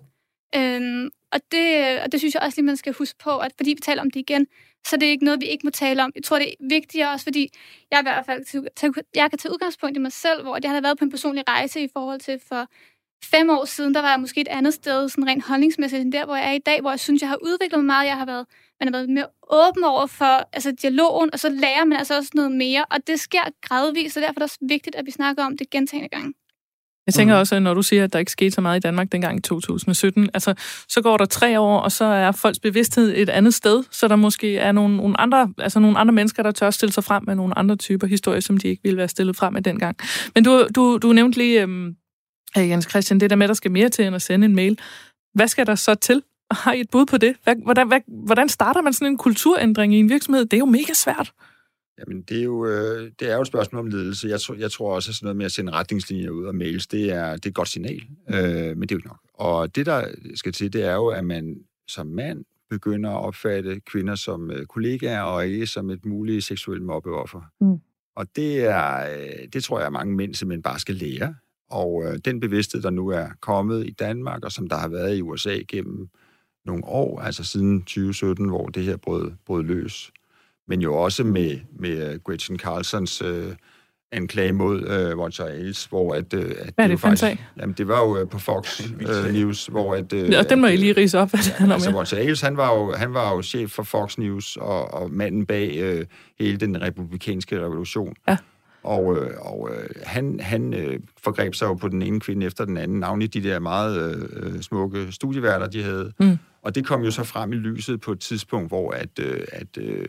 Øhm, og, det, og det synes jeg også lige, man skal huske på, at fordi vi taler om det igen, så det er ikke noget, vi ikke må tale om. Jeg tror, det er vigtigere også, fordi jeg i hvert fald jeg kan tage udgangspunkt i mig selv, hvor jeg har været på en personlig rejse i forhold til for fem år siden, der var jeg måske et andet sted, sådan rent holdningsmæssigt, end der, hvor jeg er i dag, hvor jeg synes, jeg har udviklet mig meget. Jeg har været, man har været mere åben over for altså, dialogen, og så lærer man altså også noget mere, og det sker gradvist, så derfor er det også vigtigt, at vi snakker om det gentagne gange. Jeg tænker også, når du siger, at der ikke skete så meget i Danmark dengang i to tusind og sytten, altså, så går der tre år, og så er folks bevidsthed et andet sted, så der måske er nogle, nogle, andre, altså nogle andre mennesker, der tør stille sig frem med nogle andre typer historier, som de ikke ville være stillet frem med dengang. Men du, du, du nævnte lige, øhm, Jens Christian, det der med, at der skal mere til end at sende en mail. Hvad skal der så til? Har I et bud på det? Hvordan, hvad, hvordan starter man sådan en kulturændring i en virksomhed? Det er jo mega svært. Jamen, det er jo, øh, det er jo et spørgsmål om ledelse. Jeg, tro, jeg tror også, at sådan noget med at sende retningslinjer ud og mails, det er, det er et godt signal, øh, men det er jo ikke nok. Og det, der skal til, det er jo, at man som mand begynder at opfatte kvinder som øh, kollegaer og ikke som et muligt seksuelt mobbeoffer. Mm. Og det, er, øh, det tror jeg, at mange mænd simpelthen bare skal lære. Og øh, den bevidsthed, der nu er kommet i Danmark, og som der har været i U S A gennem nogle år, altså siden tyve sytten, hvor det her brød, brød løs, men jo også med, med Gretchen Carlsons øh, anklage mod øh, Roger Ailes, hvor at... Øh, at hvad er det, det faktisk... Jamen, det var jo øh, på Fox øh, News, hvor at... Øh, ja, den må I lige rise op, hvad det handler om. Altså, Roger Ailes, han var, jo, han var jo chef for Fox News, og, og manden bag øh, hele den republikanske revolution. Ja. Og, øh, og øh, han, han øh, forgreb sig jo på den ene kvinde efter den anden, navnlig de der meget øh, smukke studieværter, de havde. Mm. Og det kom jo så frem i lyset på et tidspunkt, hvor at, øh, at, øh,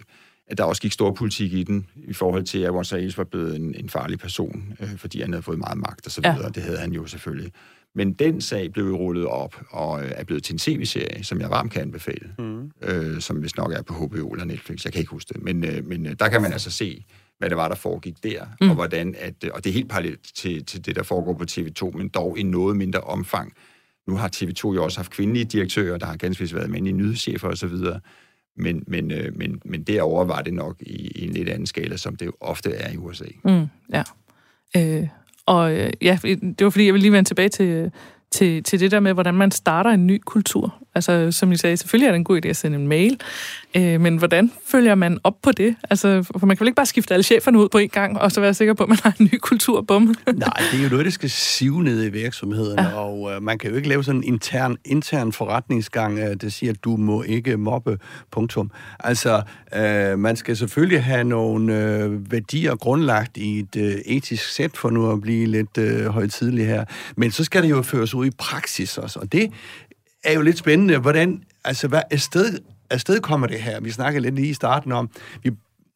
at der også gik stor politik i den, i forhold til, at Walter Sayles var blevet en, en farlig person, øh, fordi han havde fået meget magt og så videre. Ja. Det havde han jo selvfølgelig. Men den sag blev rullet op og øh, er blevet til en tv-serie, som jeg varmt kan anbefale, mm. øh, som vist nok er på H B O eller Netflix. Jeg kan ikke huske det. Men, øh, men øh, der kan man altså se, hvad det var, der foregik der, mm. og hvordan at, og det er helt parallelt til, til det, der foregår på T V to, men dog i noget mindre omfang. Nu har T V to jo også haft kvindelige direktører, der har ganske vist været mandlige nyhedschefer og så videre. Men, men, øh, men, men derover var det nok i, i en lidt anden skala, som det jo ofte er i U S A. Mm, ja. Øh, og øh, ja, det var fordi, jeg ville lige vende tilbage til, til, til det der med, hvordan man starter en ny kultur. Altså, som I sagde, selvfølgelig er det en god idé at sende en mail, øh, men hvordan følger man op på det? Altså, for man kan vel ikke bare skifte alle cheferne ud på en gang, og så være sikker på, at man har en ny kultur, bum. Nej, det er jo noget, der skal sive ned i virksomheden, ja. og øh, man kan jo ikke lave sådan en intern, intern forretningsgang, øh, der siger, at du må ikke mobbe, punktum. Altså, øh, man skal selvfølgelig have nogle øh, værdier grundlagt i et øh, etisk sæt, for nu at blive lidt øh, højtidlig her, men så skal det jo føres ud i praksis også, og det er jo lidt spændende, hvordan, altså, hvad afsted, afsted kommer det her? Vi snakkede lidt lige i starten om, vi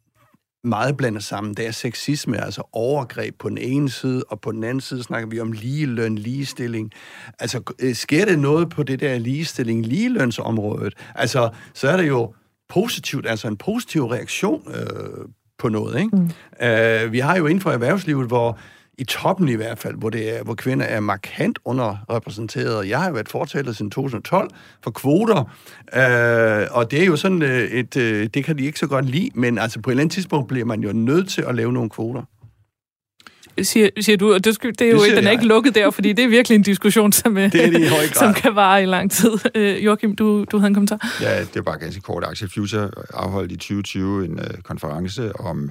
meget blander sammen. Det er sexisme, altså overgreb på den ene side, og på den anden side snakker vi om ligeløn, ligestilling. Altså, sker det noget på det der ligestilling, ligelønsområdet? Altså, så er det jo positivt, altså en positiv reaktion øh, på noget, ikke? Mm. Øh, vi har jo inden for erhvervslivet, hvor i toppen i hvert fald, hvor, det er, hvor kvinder er markant underrepræsenteret. Jeg har jo været fortaler siden to tusind og tolv for kvoter, øh, og det er jo sådan et, øh, det kan de ikke så godt lide, men altså på et eller andet tidspunkt bliver man jo nødt til at lave nogle kvoter. Siger, siger du, og det, det er jo det den er ikke lukket der, fordi det er virkelig en diskussion, som, det er det i høj grad. Som kan vare i lang tid. Øh, Joachim, du, du havde en kommentar? Ja, det er bare ganske kort. Axel Future afholdt i tyve tyve en uh, konference om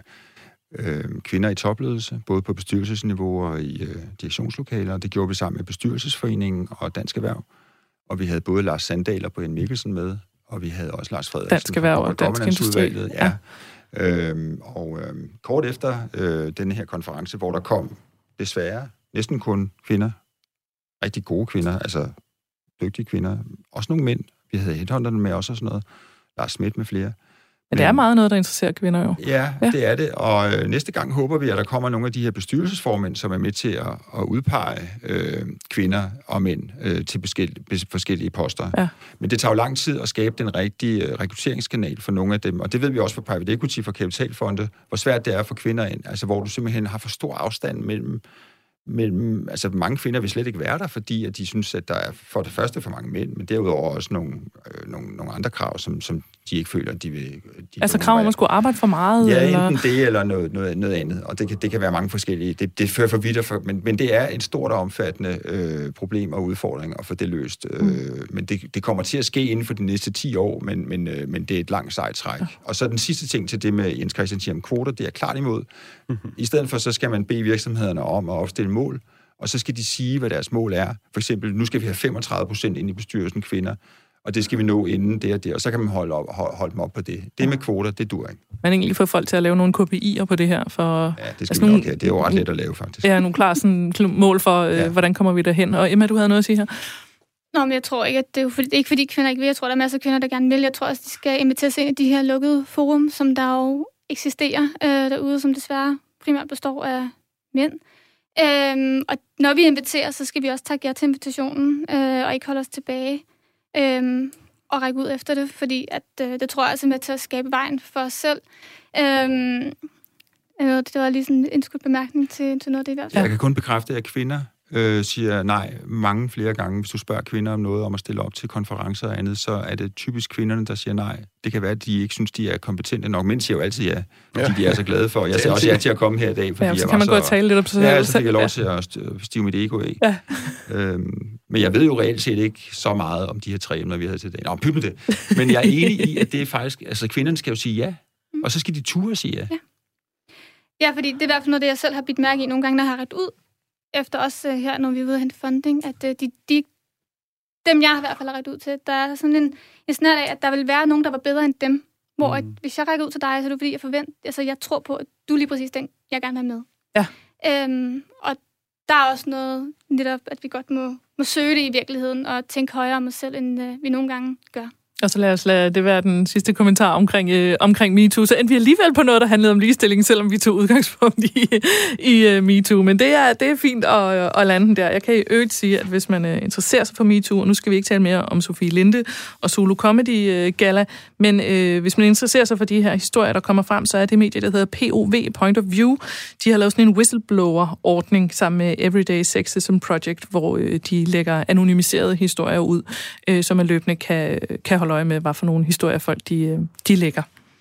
Øh, kvinder i topledelse, både på bestyrelsesniveau og i øh, direktionslokaler. Det gjorde vi sammen med Bestyrelsesforeningen og Dansk Erhverv. Og vi havde både Lars Sandahl og Brian Mikkelsen med, og vi havde også Lars Frederiksen Dansk Erhverv og Dansk Industri. Ja. Ja. Øhm, og øhm, kort efter øh, denne her konference, hvor der kom desværre næsten kun kvinder, rigtig gode kvinder, altså dygtige kvinder, også nogle mænd. Vi havde headhunterne med også og sådan noget. Lars Schmidt med flere. Men det er meget noget, der interesserer kvinder jo. Ja, ja. Det er det. Og øh, næste gang håber vi, at der kommer nogle af de her bestyrelsesformænd, som er med til at, at udpege øh, kvinder og mænd øh, til forskellige, forskellige poster. Ja. Men det tager jo lang tid at skabe den rigtige øh, rekrutteringskanal for nogle af dem. Og det ved vi også fra private equity, fra kapitalfonde, hvor svært det er for kvinder ind. Altså hvor du simpelthen har for stor afstand mellem mellem, altså mange kvinder vil slet ikke være der, fordi at de synes, at der er for det første for mange mænd, men derudover også nogle, øh, nogle, nogle andre krav, som, som de ikke føler, at de vil... De altså krav, om man skulle arbejde for meget? Ja, eller? enten det, eller noget, noget, noget andet, og det kan, det kan være mange forskellige. Det, det fører for vidt, for, men, men det er et stort og omfattende øh, problem og udfordring at få det løst. Mm. Øh, men det, det kommer til at ske inden for de næste ti år, men, men, øh, men det er et langt sejt træk. Ja. Og så den sidste ting til det med Jens Christian siger om kvoter, det er klart imod. Mm-hmm. I stedet for, så skal man bede virksomhederne om at opstille mål, og så skal de sige, hvad deres mål er. For eksempel, nu skal vi have femogtredive procent ind i bestyrelsen kvinder, og det skal vi nå inden det og det, og så kan man holde, op, holde dem op på det. Det med kvoter, det dur ikke. Man egentlig får folk til at lave nogle K P I'er på det her? For, ja, det skal altså vi nok have. Det er jo ret let at lave, faktisk. Ja, nogle klare sådan, mål for, ja. øh, hvordan kommer vi derhen. Og Emma, du havde noget at sige her? Nå, men jeg tror ikke, at det er, fordi, det er ikke fordi kvinder ikke vil. Jeg tror, der er masser af kvinder, der gerne vil. Jeg tror også, de skal inviteres ind i de her lukkede forum, som der jo eksisterer øh, derude, som desværre primært består af mænd. Øhm, og når vi inviterer, så skal vi også takke jer til invitationen, øh, og ikke holde os tilbage, øh, og række ud efter det, fordi at, øh, det tror jeg altså er med til at skabe vejen for os selv. Øh, det var lige sådan en indskudt bemærkning til, til noget af det i hvert fald. Jeg kan kun bekræfte, at kvinder øh, siger nej mange flere gange. Hvis du spørger kvinder om noget om at stille op til konferencer og andet, så er det typisk kvinderne, der siger nej. Det kan være, at de ikke synes, de er kompetente nok. Mænd siger jo altid ja, fordi ja. de er så glade for. Jeg siger også ja til at komme her i dag, fordi ja, så jeg kan man gå og tale lidt op sig. Ja, så fik jeg lov til at stive mit ego af. Ja. Øhm, men jeg ved jo reelt set ikke så meget om de her tre emner, vi havde til i dag. Nå, pyt med det. Men jeg er enig i, at det er faktisk... Altså, kvinderne skal jo sige ja, og så skal de ture sige ja. Ja, ja, fordi det er i hvert fald noget, det jeg selv har bidt mærke i nogle gange, der har ret ud efter os uh, her, når vi er ude at hente funding, at uh, de, de, dem, jeg har i hvert fald ret ud til, der er sådan en, en snart af, at der vil være nogen, der var bedre end dem. Hvor mm. at, hvis jeg rækker ud til dig, så er det fordi, jeg forventer, altså jeg tror på, at du er lige præcis den, jeg gerne vil have med. Ja. Øhm, og der er også noget netop, at vi godt må, må søge det i virkeligheden, og tænke højere om os selv, end uh, vi nogle gange gør. Og så lad os lade det være den sidste kommentar omkring, øh, omkring MeToo. Så endte vi alligevel på noget, der handlede om ligestilling, selvom vi tog udgangspunkt i, i uh, MeToo. Men det er, det er fint at, at lande den der. Jeg kan i øvrigt sige, at hvis man uh, interesserer sig for MeToo, og nu skal vi ikke tale mere om Sofie Linde og Zulu Comedy uh, Gala, men uh, hvis man interesserer sig for de her historier, der kommer frem, så er det medie, der hedder P O V, Point of View. De har lavet sådan en whistleblower-ordning sammen med Everyday Sexism Project, hvor uh, de lægger anonymiserede historier ud, uh, som man løbende kan, kan holde øje med, hvad for nogle historier folk de, de lægger.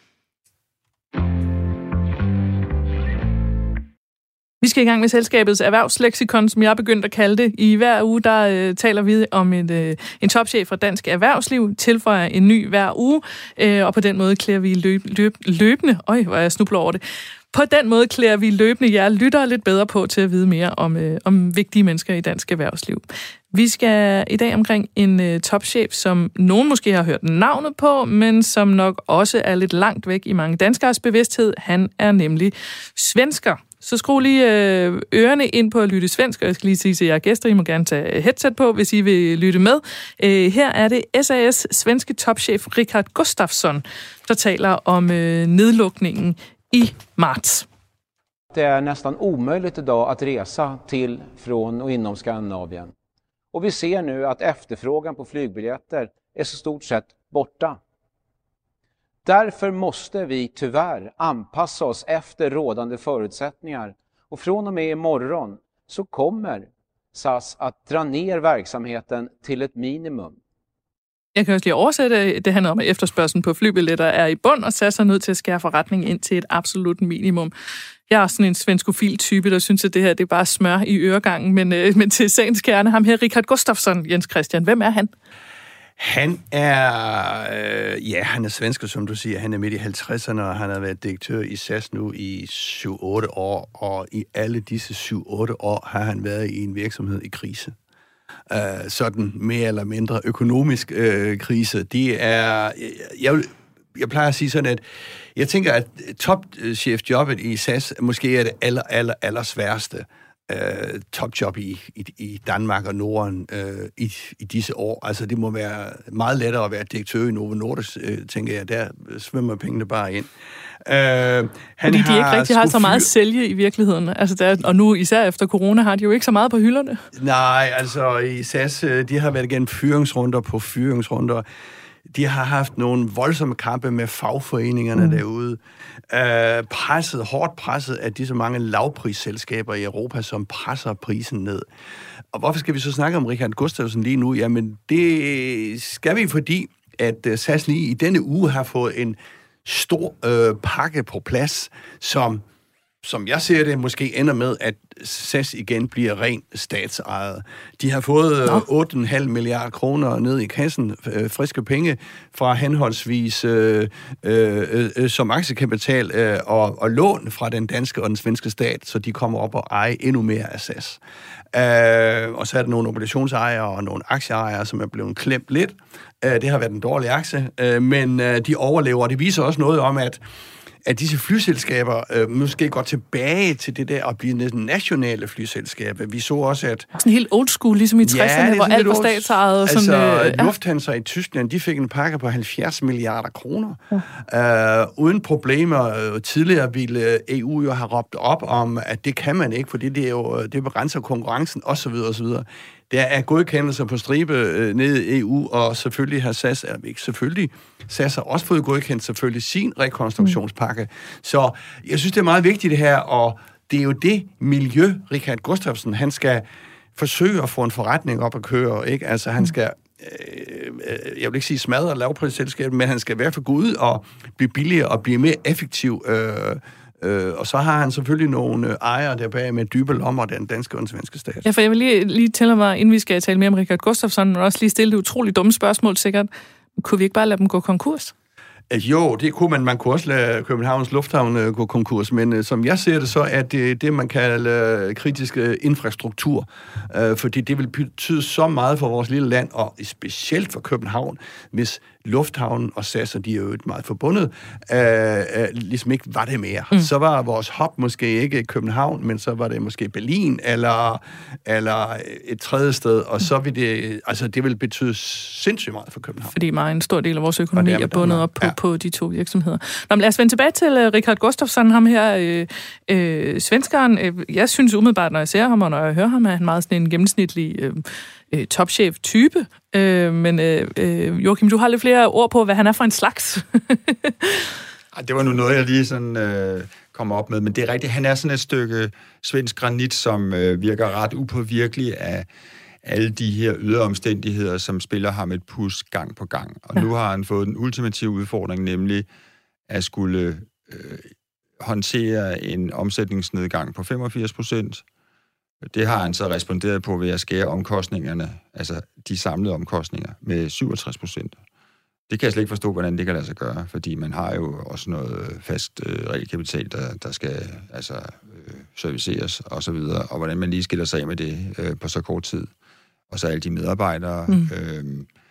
Vi skal i gang med selskabets erhvervsleksikon, som jeg er begyndt at kalde det. I hver uge, der øh, taler vi om en, øh, en topchef fra dansk erhvervsliv, tilføjer en ny hver uge, øh, og på den måde klæder vi løb, løb, løbende... Øj, hvor jeg snubler over det. På den måde klæder vi løbende jer lyttere lidt bedre på til at vide mere om, øh, om vigtige mennesker i dansk erhvervsliv. Vi skal i dag omkring en øh, topchef, som nogen måske har hørt navnet på, men som nok også er lidt langt væk i mange danskeres bevidsthed. Han er nemlig svensker. Så skru lige øh, ørerne ind på at lytte svensk, og jeg skal lige sige til jer gæster, I må gerne tage headset på, hvis I vil lytte med. Øh, her er det S A S svenske topchef Rickard Gustafsson, der taler om øh, nedlukningen i marts. Det är nästan omöjligt idag att resa till, från och inom Skandinavien. Och vi ser nu att efterfrågan på flygbiljetter är så stort sett borta. Därför måste vi tyvärr anpassa oss efter rådande förutsättningar. Och från och med imorgon så kommer S A S att dra ner verksamheten till ett minimum. Jeg kan også lige oversætte. Det handler om, at efterspørgselen på flybilletter er i bund, og S A S er nødt til at skære forretningen ind til et absolut minimum. Jeg er sådan en svenskofil type, der synes, at det her det er bare smør i øregangen, men, øh, men til sagens kerne, ham her, Rickard Gustafsson, Jens Christian. Hvem er han? Han er, øh, ja, han er svensker, som du siger. Han er midt i halvtredserne, og han har været direktør i S A S nu i syv otte år, og i alle disse syv otte år har han været i en virksomhed i krise. Uh, sådan mere eller mindre økonomisk uh, krise. Det er, jeg, vil, jeg plejer at sige sådan, at jeg tænker, at topchefjobbet i S A S måske er det aller, aller, aller sværeste uh, topjob i, i, i Danmark og Norden uh, i, i disse år. Altså, det må være meget lettere at være direktør i Novo Nordisk, uh, tænker jeg. Der svømmer pengene bare ind. Uh, han Fordi de ikke rigtig har så meget at sælge i virkeligheden. Altså der, og nu især efter corona har de jo ikke så meget på hylderne. Nej, altså i S A S, de har været igennem fyringsrunder på fyringsrunder. De har haft nogle voldsomme kampe med fagforeningerne mm. derude. Uh, presset, hårdt presset af disse mange lavprisselskaber i Europa, som presser prisen ned. Og hvorfor skal vi så snakke om Rickard Gustafsson lige nu? Jamen det skal vi, fordi at S A S lige i denne uge har fået en stor øh, pakke på plads, som, som jeg ser det, måske ender med, at S A S igen bliver rent statsejet. De har fået øh, otte komma fem milliarder kroner ned i kassen, øh, friske penge, fra henholdsvis øh, øh, øh, som aktiekapital øh, og, og lån fra den danske og den svenske stat, så de kommer op og eje endnu mere af S A S. Øh, og så er der nogle obligationsejere og nogle aktieejere, som er blevet klemt lidt. Det har været en dårlig aktie, men de overlever, og det viser også noget om, at, at disse flyselskaber øh, måske går tilbage til det der at blive nationale flyselskaber. Vi så også, at... Sådan helt old school, ligesom i tresserne, ja, hvor alt var statsejet. Altså, sådan, øh, Lufthansa i Tyskland, de fik en pakke på halvfjerds milliarder kroner. Ja. Øh, uden problemer. Tidligere ville E U jo have råbt op om, at det kan man ikke, fordi det er jo det begrænser konkurrencen, osv. osv. Der er godkendelser på stribe øh, nede i E U, og selvfølgelig har S A S, eller ikke selvfølgelig, S A S har også fået godkendt selvfølgelig sin rekonstruktionspakke. Mm. Så jeg synes, det er meget vigtigt det her, og det er jo det miljø, Rickard Gustafsson, han skal forsøge at få en forretning op at køre, ikke? Altså han skal, øh, jeg vil ikke sige smadre lavprisselskabet, men han skal i hvert fald gå ud og blive billigere og blive mere effektiv. Øh, øh, og så har han selvfølgelig nogle ejere der bag med dybe lommer, den danske og den svenske stat. Ja, for jeg vil lige, lige tælle mig, inden vi skal tale mere om Rickard Gustafsson, og også lige stille det utroligt dumme spørgsmål sikkert. Kunne vi ikke bare lade dem gå konkurs? Jo, det kunne man. Man kunne også lade Københavns Lufthavn uh, gå konkurs, men uh, som jeg ser det, så er det det, man kalder uh, kritisk uh, infrastruktur. Uh, fordi det vil betyde så meget for vores lille land, og specielt for København, hvis lufthavnen og S A S, og de er jo meget forbundet, uh, uh, ligesom ikke var det mere. Mm. Så var vores hop måske ikke København, men så var det måske Berlin, eller, eller et tredje sted, og så vil det, altså det vil betyde sindssygt meget for København. Fordi meget en stor del af vores økonomi er bundet op på, ja. på de to virksomheder. Nå, men lad os vende tilbage til uh, Richard Gustafsson, ham her, øh, øh, svenskeren. Jeg synes umiddelbart, når jeg ser ham, og når jeg hører ham, er han meget sådan en gennemsnitlig øh, øh, topchef-type. Øh, men øh, øh, Joachim, du har lidt flere ord på, hvad han er for en slags. Det var nu noget, jeg lige sådan øh, kom op med, men det er rigtigt. Han er sådan et stykke svensk granit, som øh, virker ret upåvirkelig af alle de her ydre omstændigheder, som spiller ham et pus gang på gang. Og ja. Nu har han fået den ultimative udfordring, nemlig at skulle øh, håndtere en omsætningsnedgang på femogfirs procent. Det har han så responderet på ved at skære omkostningerne, altså de samlede omkostninger, med syvogtres procent. Det kan jeg slet ikke forstå, hvordan det kan lade sig gøre, fordi man har jo også noget fast øh, realkapital, der, der skal altså, øh, serviceres og så videre, og hvordan man lige skiller sig af med det øh, på så kort tid. Og så alle de medarbejdere. Mm. Øh,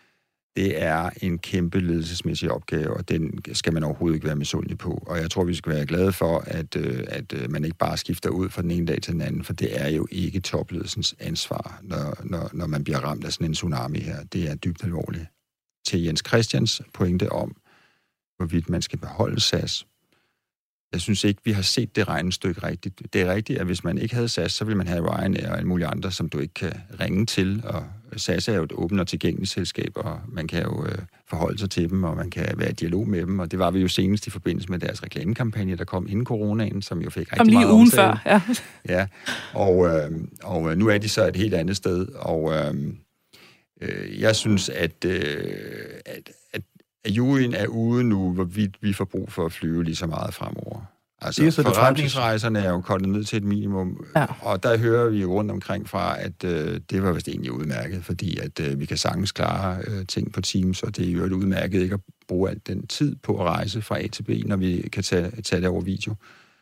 det er en kæmpe ledelsesmæssig opgave, og den skal man overhovedet ikke være misundelig på. Og jeg tror, vi skal være glade for, at, øh, at man ikke bare skifter ud fra den ene dag til den anden, for det er jo ikke topledelsens ansvar, når, når, når man bliver ramt af sådan en tsunami her. Det er dybt alvorligt. Til Jens Christians pointe om, hvorvidt man skal beholde S A S. Jeg synes ikke, vi har set det regnestykke rigtigt. Det er rigtigt, at hvis man ikke havde S A S, så ville man have Ryanair og alle mulige andre, som du ikke kan ringe til. Og S A S er jo et åbent og tilgængeligt selskab, og man kan jo øh, forholde sig til dem, og man kan være i dialog med dem. Og det var vi jo senest i forbindelse med deres reklamekampagne, der kom inden coronaen, som jo fik rigtig meget ugen før, ja. Ja, og, øh, og nu er de så et helt andet sted, og øh, øh, jeg synes, at, øh, at, at at juryen er ude nu, hvorvidt vi får brug for at flyve lige så meget fremover. Altså, forretningsrejserne er jo kortet ned til et minimum, ja. Og der hører vi jo rundt omkring fra, at øh, det var vist egentlig udmærket, fordi at øh, vi kan sagtens klare øh, ting på Teams, og det er jo et udmærket ikke at bruge al den tid på at rejse fra A til B, når vi kan tage, tage det over video.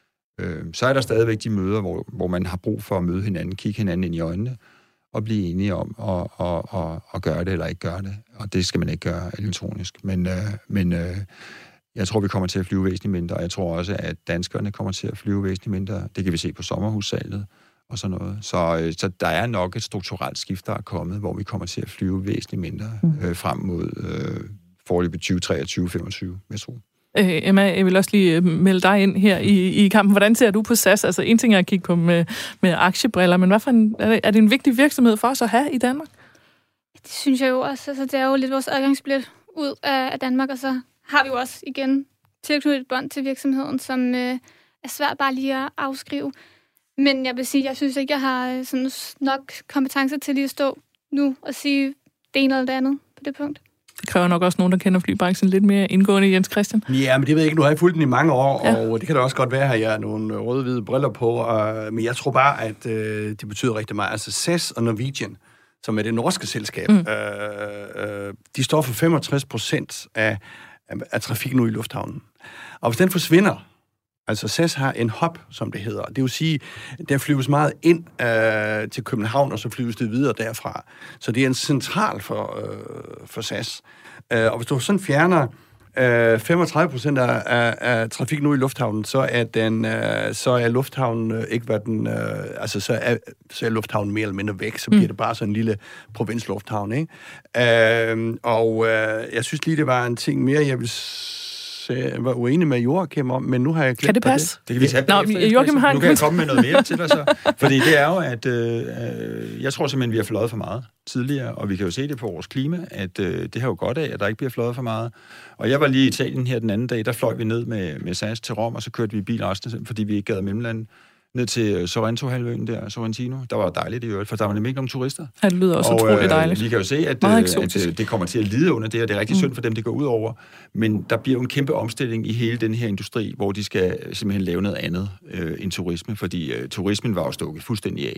Øh, så er der stadigvæk de møder, hvor, hvor man har brug for at møde hinanden, kigge hinanden ind i øjnene, og blive enige om at, at, at, at gøre det eller ikke gøre det. Og det skal man ikke gøre elektronisk. Men, øh, men øh, jeg tror, vi kommer til at flyve væsentligt mindre, og jeg tror også, at danskerne kommer til at flyve væsentligt mindre. Det kan vi se på sommerhussalget og sådan noget. Så, øh, så der er nok et strukturelt skift, der er kommet, hvor vi kommer til at flyve væsentligt mindre øh, frem mod øh, foreløbig tyve treogtyve til femogtyve, jeg tror. Øh, Emma, jeg vil også lige melde dig ind her i, i kampen. Hvordan ser du på S A S? Altså, en ting er at kigge på med, med aktiebriller, men hvad for en, er, det, er det en vigtig virksomhed for os at have i Danmark? Det synes jeg jo også. Altså, det er jo lidt vores adgangsbillet ud af, af Danmark, og så har vi jo også igen tilknyttet et bånd til virksomheden, som øh, er svært bare lige at afskrive. Men jeg vil sige, jeg synes ikke, jeg har sådan nok kompetencer til lige at stå nu og sige det ene eller det andet på det punkt. Det kræver nok også nogen, der kender flybranchen lidt mere indgående, Jens Christian. Ja, men det ved jeg ikke. Nu har jeg fulgt den i mange år, ja. Og det kan da også godt være, at jeg har nogle røde-hvide briller på. Og, men jeg tror bare, at øh, det betyder rigtig meget. Altså S A S og Norwegian, som er det norske selskab, mm. øh, øh, de står for femogtres procent af, af, af trafikken ude i lufthavnen. Og hvis den forsvinder, altså S A S har en hub, som det hedder. Det vil sige, der flyves meget ind øh, til København, og så flyves det videre derfra. Så det er en central for, øh, for S A S. Øh, og hvis du sådan fjerner øh, femogtredive procent af, af, af trafikken ude i lufthavnen, så er, den, øh, så er lufthavnen øh, ikke hvad den... Øh, altså, så er, så er lufthavnen mere eller mindre væk. Så bliver mm. det bare sådan en lille provinslufthavn, ikke? Øh, og øh, jeg synes lige, det var en ting mere, jeg vil... Jeg var uenig med Joachim om, men nu har jeg glemt det. Kan det passe? Det, det kan vi tage Nå, efter, Joachim har nu kan jeg komme med noget mere til dig så. Fordi det er jo, at øh, jeg tror simpelthen, vi har fløjet for meget tidligere, og vi kan jo se det på vores klima, at øh, det har jo godt af, at der ikke bliver fløjet for meget. Og jeg var lige i Italien her den anden dag, der fløj vi ned med, med S A S til Rom, og så kørte vi i bil resten, fordi vi ikke gad mellemlandet. Ned til Sorrento-halvøen der, Sorrentino. Der var dejligt i øvrigt, for der var nemlig ikke nogen turister. Ja, det lyder også og, utroligt dejligt. Øh, vi kan jo se, at, øh, at det kommer til at lide under det, og det er rigtig mm. synd for dem, det går ud over. Men der bliver jo en kæmpe omstilling i hele den her industri, hvor de skal simpelthen lave noget andet øh, end turisme, fordi øh, turismen var jo stukket fuldstændig af.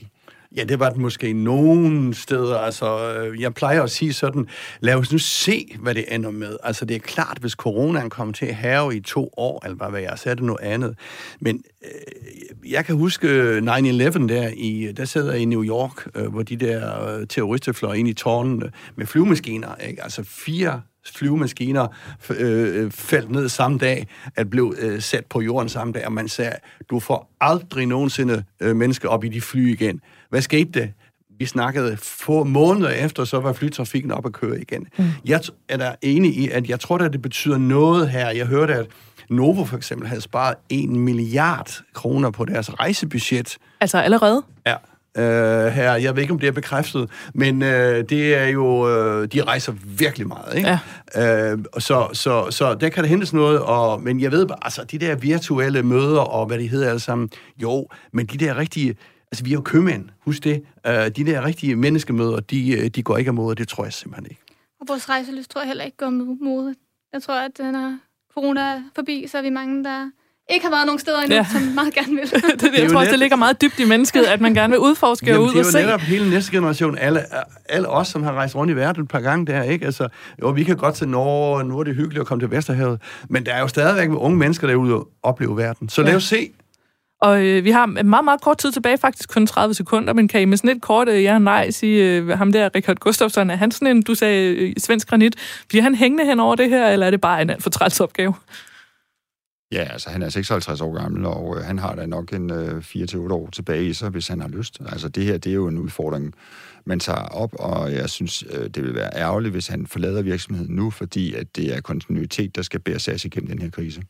Ja, det var det måske nogen steder. Altså, jeg plejer at sige sådan, lad os nu se, hvad det ender med. Altså, det er klart, hvis coronaen kommer til at have i to år, eller hvad jeg, så er det noget andet. Men øh, jeg kan huske nine eleven der, i, der sidder i New York, øh, hvor de der øh, terrorister fløj ind i tårnene med flyvemaskiner, ikke? Altså fire flyvemaskiner øh, faldt ned samme dag, at blev øh, sat på jorden samme dag, og man sagde, du får aldrig nogensinde øh, mennesker op i de fly igen. Hvad skete det? Vi snakkede få måneder efter, så var flytrafikken op at køre igen. Mm. Jeg er der enig i, at jeg tror, at det betyder noget her. Jeg hørte, at Novo for eksempel havde sparet en milliard kroner på deres rejsebudget. Altså allerede? Ja. Uh, her. Jeg ved ikke, om det er bekræftet, men uh, det er jo, uh, de rejser virkelig meget, ikke? Ja. Uh, så, så, så der kan der hentes noget, og, men jeg ved bare, altså, de der virtuelle møder, og hvad de hedder alle sammen, jo, men de der rigtige, altså, vi er jo købmænd, husk det, uh, de der rigtige menneskemøder, de, de går ikke af mode, det tror jeg simpelthen ikke. Og vores rejselyst tror jeg heller ikke går med mode. Jeg tror, at når corona er forbi, så er vi mange, der ikke har været nogen steder endnu, ja. Som meget gerne vil. det, det, jeg tror også, det ligger meget dybt i mennesket, at man gerne vil udforske og ud og se. Det er jo netop hele næste generation, alle, alle os, som har rejst rundt i verden et par gange der, ikke? Altså, jo, vi kan godt se, Norge, nu er det hyggeligt at komme til Vesterhavet, men der er jo stadigvæk unge mennesker, der er ude og opleve verden. Så ja. Lad os se. Og øh, vi har meget, meget kort tid tilbage, faktisk kun tredive sekunder, men kan I med sådan et kort øh, ja og nej sige, øh, ham der, Richard Gustafsson, er han sådan en, du sagde, øh, svensk granit, bliver han hængende hen over det her, eller er det bare en alt for træls opgave? Ja, altså han er seksoghalvtreds år gammel, og øh, han har da nok en øh, fire til otte år tilbage i sig, hvis han har lyst. Altså det her, det er jo en udfordring, man tager op, og jeg synes, øh, det vil være ærgerligt, hvis han forlader virksomheden nu, fordi at det er kontinuitet, der skal bære sig igennem den her krise.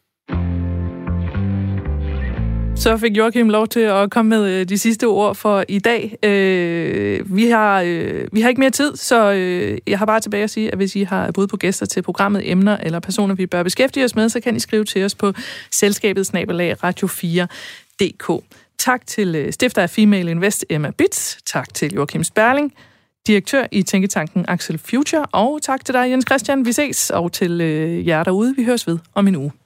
Så fik Joachim lov til at komme med de sidste ord for i dag. Øh, vi, har, øh, vi har ikke mere tid, så øh, jeg har bare tilbage at sige, at hvis I har bud på gæster til programmet, emner eller personer, vi bør beskæftige os med, så kan I skrive til os på selskabet snabel-a radio fire punktum d k. Tak til stifter af Female Invest, Emma Bitz. Tak til Joachim Sperling, direktør i tænketanken Axel Future. Og tak til dig, Jens Christian. Vi ses, og til øh, jer derude. Vi høres ved om en uge.